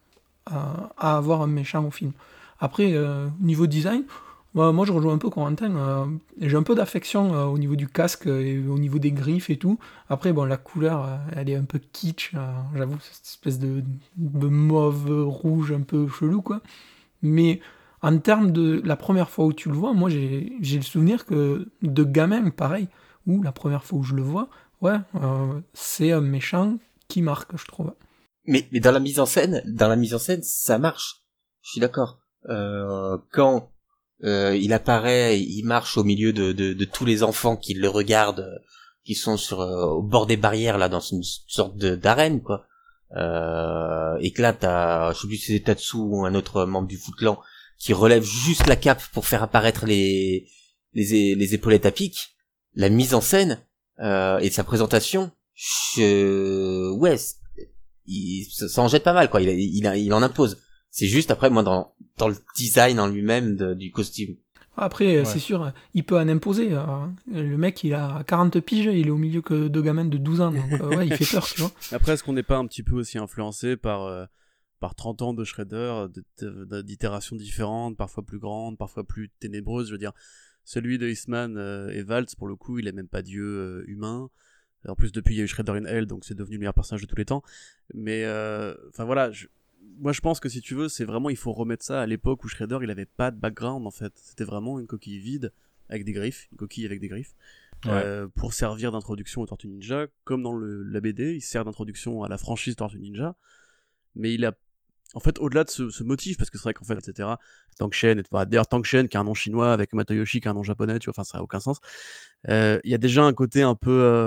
à avoir un méchant au film. Après, niveau design, moi je rejoins un peu Corentin, j'ai un peu d'affection au niveau du casque et au niveau des griffes et tout. Après, bon, la couleur, elle est un peu kitsch, j'avoue, cette espèce de mauve rouge un peu chelou, quoi. Mais en termes de la première fois où tu le vois, moi j'ai le souvenir que de gamin, pareil, où la première fois où je le vois, ouais, c'est un méchant qui marque, je trouve. Mais dans la mise en scène, ça marche. Je suis d'accord. Quand il apparaît, il marche au milieu de tous les enfants qui le regardent, qui sont au bord des barrières là, dans une sorte d'arène, quoi. Et que là t'as, je sais plus si c'est Tatsu ou un autre membre du Foot Clan qui relève juste la cape pour faire apparaître les épaulettes à pic. La mise en scène et sa présentation, ouais, ça en jette pas mal, quoi. Il en impose. C'est juste après, moi, dans le design en lui-même du costume. Après, Ouais. c'est sûr, il peut en imposer. Le mec, il a 40 piges, il est au milieu que de gamins de 12 ans, donc ouais, il fait peur, tu vois. Après, est-ce qu'on n'est pas un petit peu aussi influencé par 30 ans de Shredder, d'itérations différentes, parfois plus grandes, parfois plus ténébreuses, je veux dire. Celui de Eastman et Waltz, pour le coup, il est même pas dieu humain. En plus, depuis, il y a eu Shredder in Hell, donc c'est devenu le meilleur personnage de tous les temps. Mais, enfin voilà, moi je pense que si tu veux, c'est vraiment, il faut remettre ça à l'époque où Shredder, il avait pas de background, en fait. C'était vraiment une coquille vide, avec des griffes, une coquille avec des griffes. Ouais. Pour servir d'introduction aux Tortues Ninja, comme dans la BD, il sert d'introduction à la franchise Tortues Ninja, mais il a, en fait, au-delà de ce motif, parce que c'est vrai qu'en fait, etc., Tang Shen, d'ailleurs Tang Shen qui a un nom chinois, avec Matoyoshi qui a un nom japonais, tu vois, enfin ça n'a aucun sens. Il y a déjà un côté un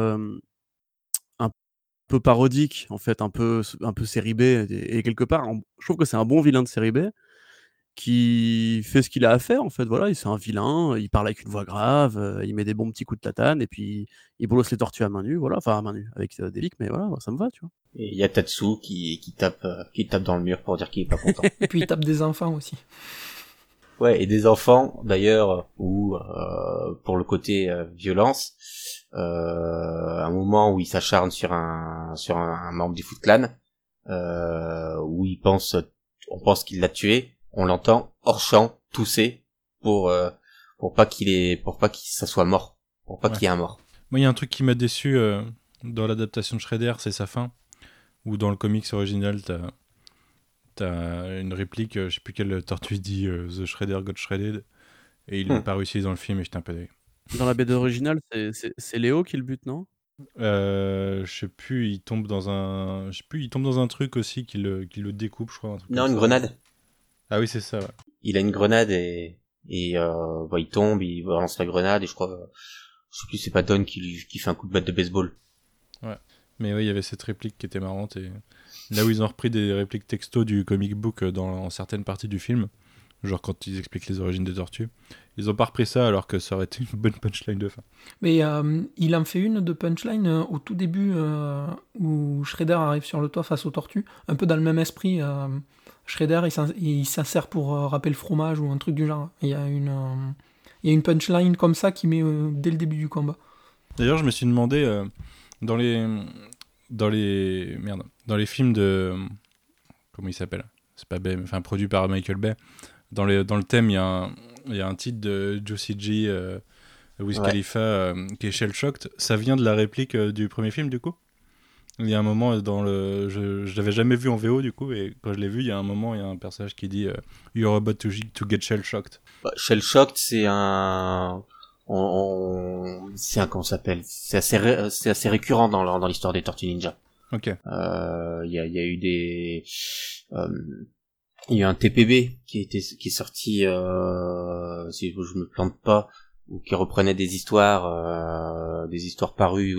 peu parodique, en fait, un peu série B, et quelque part, je trouve que c'est un bon vilain de série B, qui fait ce qu'il a à faire, en fait, voilà, c'est un vilain, il parle avec une voix grave, il met des bons petits coups de tatane, et puis il bolosse les tortues à main nue, voilà, enfin à main nue, avec des pics, mais voilà, ça me va, tu vois. Et il y a Tatsu qui tape dans le mur pour dire qu'il est pas content. Et puis il tape des enfants aussi. Ouais, et des enfants d'ailleurs, ou pour le côté violence, un moment où il s'acharne sur un membre du Foot Clan, où on pense qu'il l'a tué, on l'entend hors champ tousser pour pas ça soit mort, pour pas Ouais. qu'il y ait un mort. Moi, il y a un truc qui m'a déçu dans l'adaptation de Shredder, c'est sa fin. Où dans le comics original, t'as une réplique, je sais plus quelle tortue dit The Shredder got shredded. Et ils l'ont pas réussi dans le film et j'étais un peu dégueu. Dans la BD originale, c'est Léo qui le bute, non? Je sais plus, il tombe dans un truc aussi qui le découpe, je crois. Un truc Non, comme une ça. grenade. Ah oui, c'est ça, ouais. Il a une grenade et il tombe, il balance la grenade et je sais plus, c'est pas Don qui fait un coup de batte de baseball. Mais oui, il y avait cette réplique qui était marrante. Et là où ils ont repris des répliques texto du comic book dans certaines parties du film, genre quand ils expliquent les origines des tortues, ils ont pas repris ça alors que ça aurait été une bonne punchline de fin. Mais il en fait une de punchline au tout début où Shredder arrive sur le toit face aux tortues, un peu dans le même esprit. Shredder, il s'en sert pour râper le fromage ou un truc du genre. Il y a une punchline comme ça qui met dès le début du combat. D'ailleurs, je me suis demandé dans les films de comment il s'appelle, c'est pas Bay, enfin produit par Michael Bay. Dans le thème, il y a un titre de Juicy J, Wiz Khalifa qui est Shell Shocked. Ça vient de la réplique du premier film, du coup. Il y a un moment je l'avais jamais vu en VO, du coup, et quand je l'ai vu, il y a un moment, il y a un personnage qui dit You're about to get Shell Shocked. Shell Shocked, c'est comment ça s'appelle, c'est assez récurrent dans l'histoire des Tortues Ninja. Ok. Il y a eu il y a eu un TPB qui est sorti, si je me plante pas, ou qui reprenait des histoires parues.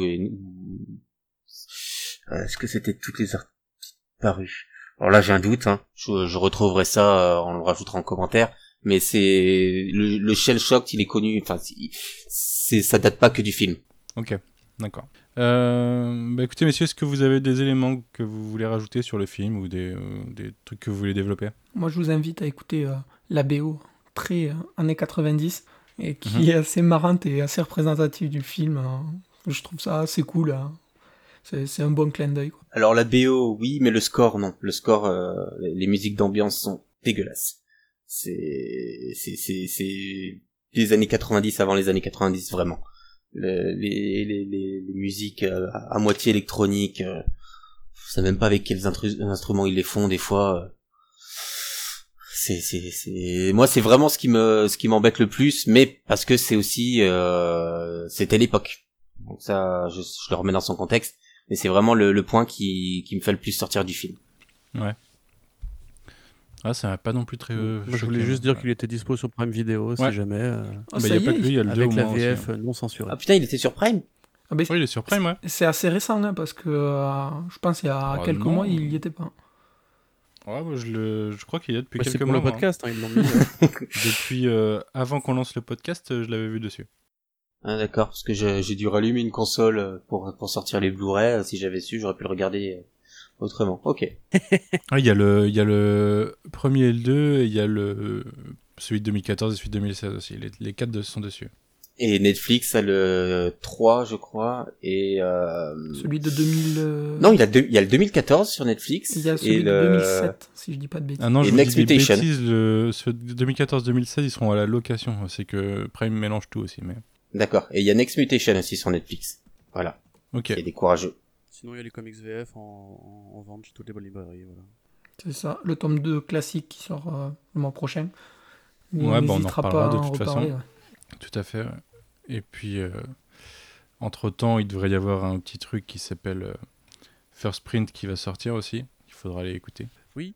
Est-ce que c'était toutes les articles parus? Alors là, j'ai un doute. Hein. Je retrouverai ça, on le rajoutera en commentaire. Mais c'est le Shell Shocked, il est connu. Enfin, ça date pas que du film. Ok, d'accord. Écoutez, messieurs, est-ce que vous avez des éléments que vous voulez rajouter sur le film ou des trucs que vous voulez développer? Moi, je vous invite à écouter la BO, très années 90, et qui est assez marrante et assez représentative du film. Je trouve ça assez cool. c'est un bon clin d'œil, quoi. Alors la BO, oui, mais le score, non. Le score, les musiques d'ambiance sont dégueulasses. C'est les années 90 avant les années 90, vraiment. Les musiques à moitié électroniques, je sais même pas avec quels instruments ils les font des fois. Moi c'est vraiment ce qui m'embête le plus, mais parce que c'est aussi c'était l'époque. Donc ça je le remets dans son contexte, mais c'est vraiment le point qui me fait le plus sortir du film. Ouais. Ah, ça m'a pas non plus très je voulais juste dire qu'il était dispo sur Prime Video, si jamais. Il y a pas que lui, il y a le 2 avec la aussi, VF non censurée. Ah putain, il était sur Prime. Ah, ben, oui, il est sur Prime, ouais. C'est assez récent, hein, parce que je pense il y a quelques mois, il y était pas. Ouais, moi, je crois qu'il y a depuis quelques c'est pour mois. le podcast, hein, ils l'ont mis. Depuis avant qu'on lance le podcast, je l'avais vu dessus. Ah d'accord, parce que j'ai dû rallumer une console pour sortir les Blu-ray. Si j'avais su, j'aurais pu le regarder autrement. Ok. Ah, il y a le premier et le 2, et il y a celui de 2014 et celui de 2016 aussi. Les 4 sont dessus. Et Netflix a le 3, je crois, et celui de 2000... Non, il y a le 2014 sur Netflix. Il y a celui de 2007, si je dis pas de bêtises. Ah non, et je vous Next dis des Mutation. bêtises, ceux de 2014-2016, ils seront à la location. C'est que Prime mélange tout aussi, mais... D'accord. Et il y a Next Mutation aussi sur Netflix. Voilà. Ok. Il y a des courageux. Sinon, il y a les comics VF en vente chez toutes les bonnes librairies. Voilà. C'est ça, le tome 2 classique qui sort le mois prochain. Ouais, on en reparlera de toute reparler, façon. Ouais. Tout à fait, ouais. Et puis, entre-temps, il devrait y avoir un petit truc qui s'appelle First Print qui va sortir aussi. Il faudra aller écouter. Oui.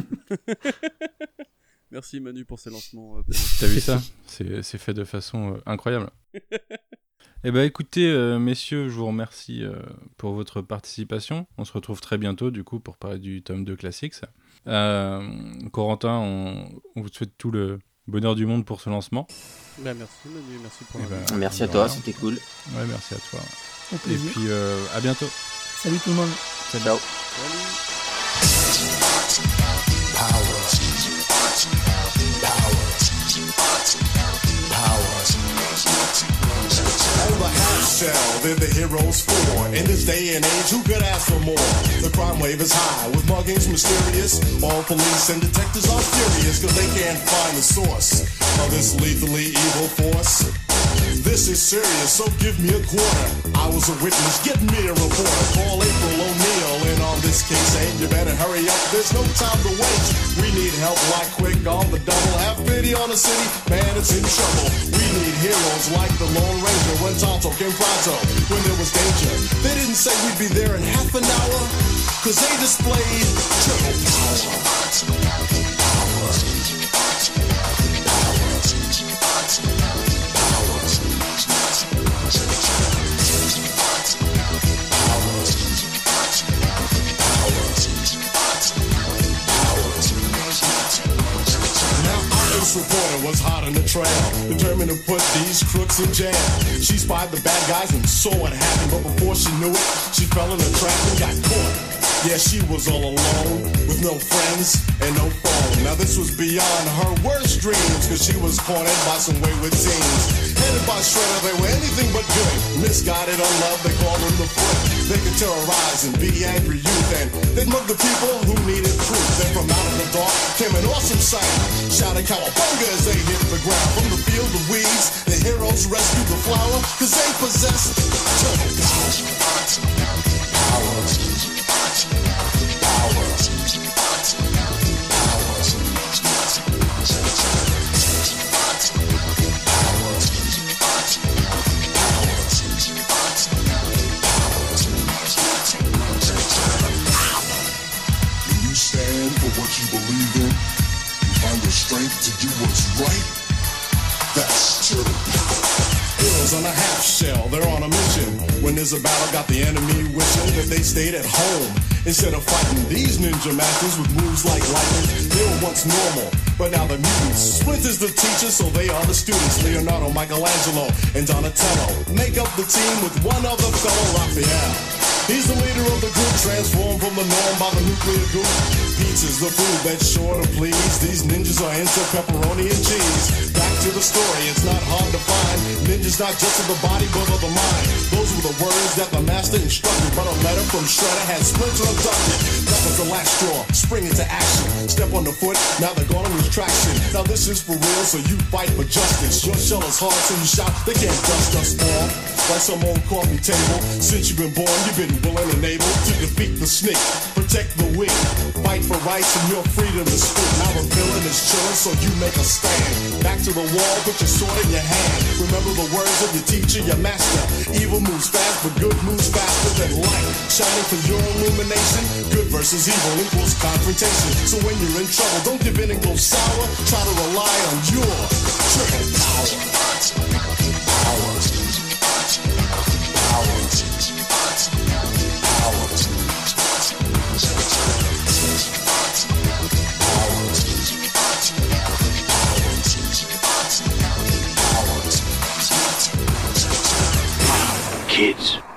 Merci Manu pour ces lancements. T'as vu ça ? C'est fait de façon incroyable. Eh ben écoutez, messieurs, je vous remercie pour votre participation. On se retrouve très bientôt, du coup, pour parler du tome 2 Classics. Corentin, on vous souhaite tout le bonheur du monde pour ce lancement. Bah, merci Manu, merci pour merci à toi, c'était cool. Ouais, merci à toi. Au plaisir. Et puis, à bientôt. Salut tout le monde. Salut. Ciao. They're the heroes for. In this day and age, who could ask for more? The crime wave is high, with muggings mysterious. All police and detectives are furious, cause they can't find the source of this lethally evil force. This is serious, so give me a quarter. I was a witness, get me a reporter. Call April O'Neil in on this case, and you better hurry up, there's no time to wait. We need help like quick on the double. Have pity on the city, man, it's in trouble. We need heroes like the Lone Ranger when Tonto came pronto, when there was danger. They didn't say we'd be there in half an hour, cause they displayed triple power. This reporter was hot on the trail, determined to put these crooks in jail. She spied the bad guys and saw what happened, but before she knew it, she fell in a trap and got caught. Yeah, she was all alone, with no friends and no phone. Now this was beyond her worst dreams, cause she was cornered by some wayward teens. Headed by Shredder, they were anything but good. Misguided on love, they called them the Foot. They could terrorize and be angry youth, and they'd mug the people who needed proof. Then from out of the dark came an awesome sight, shouting cowabunga as they hit the ground. From the field of weeds, the heroes rescued the flower, cause they possessed total power. You believe in, you find the strength to do what's right. That's true power. Heroes on a half shell, they're on a mission. When there's a battle, got the enemy wishing that they stayed at home. Instead of fighting these ninja masters with moves like lightning, they were once normal, but now they're mutants. Splinter's the teacher, so they are the students. Leonardo, Michelangelo, and Donatello make up the team with one other fellow, Raphael. He's the leader of the group, transformed from the norm by the nuclear goop. Pizza's the food that's sure to please. These ninjas are into pepperoni and cheese. Back to the story, it's not hard to find. Ninjas not just of the body, but of the mind. Those were the words that the master instructed. But a letter from Shredder had Splinter abducted. That was the last straw. Spring into action. Step on the foot, now they're gonna lose traction. Now this is for real, so you fight for justice. Your shell is hard, so you shout, they can't dust us all. Like some old coffee table. Since you've been born, you've been willing and able to defeat the snake. Protect the weak. Fight for rights and your freedom to speak. Now the villain is chilling, so you make a stand. Back to the wall, put your sword in your hand. Remember the words of your teacher, your master. Evil moves fast, but good moves faster than light. Shining for your illumination. Good versus evil equals confrontation. So when you're in trouble, don't give in and go sour. Try to rely on your triple power. Kids,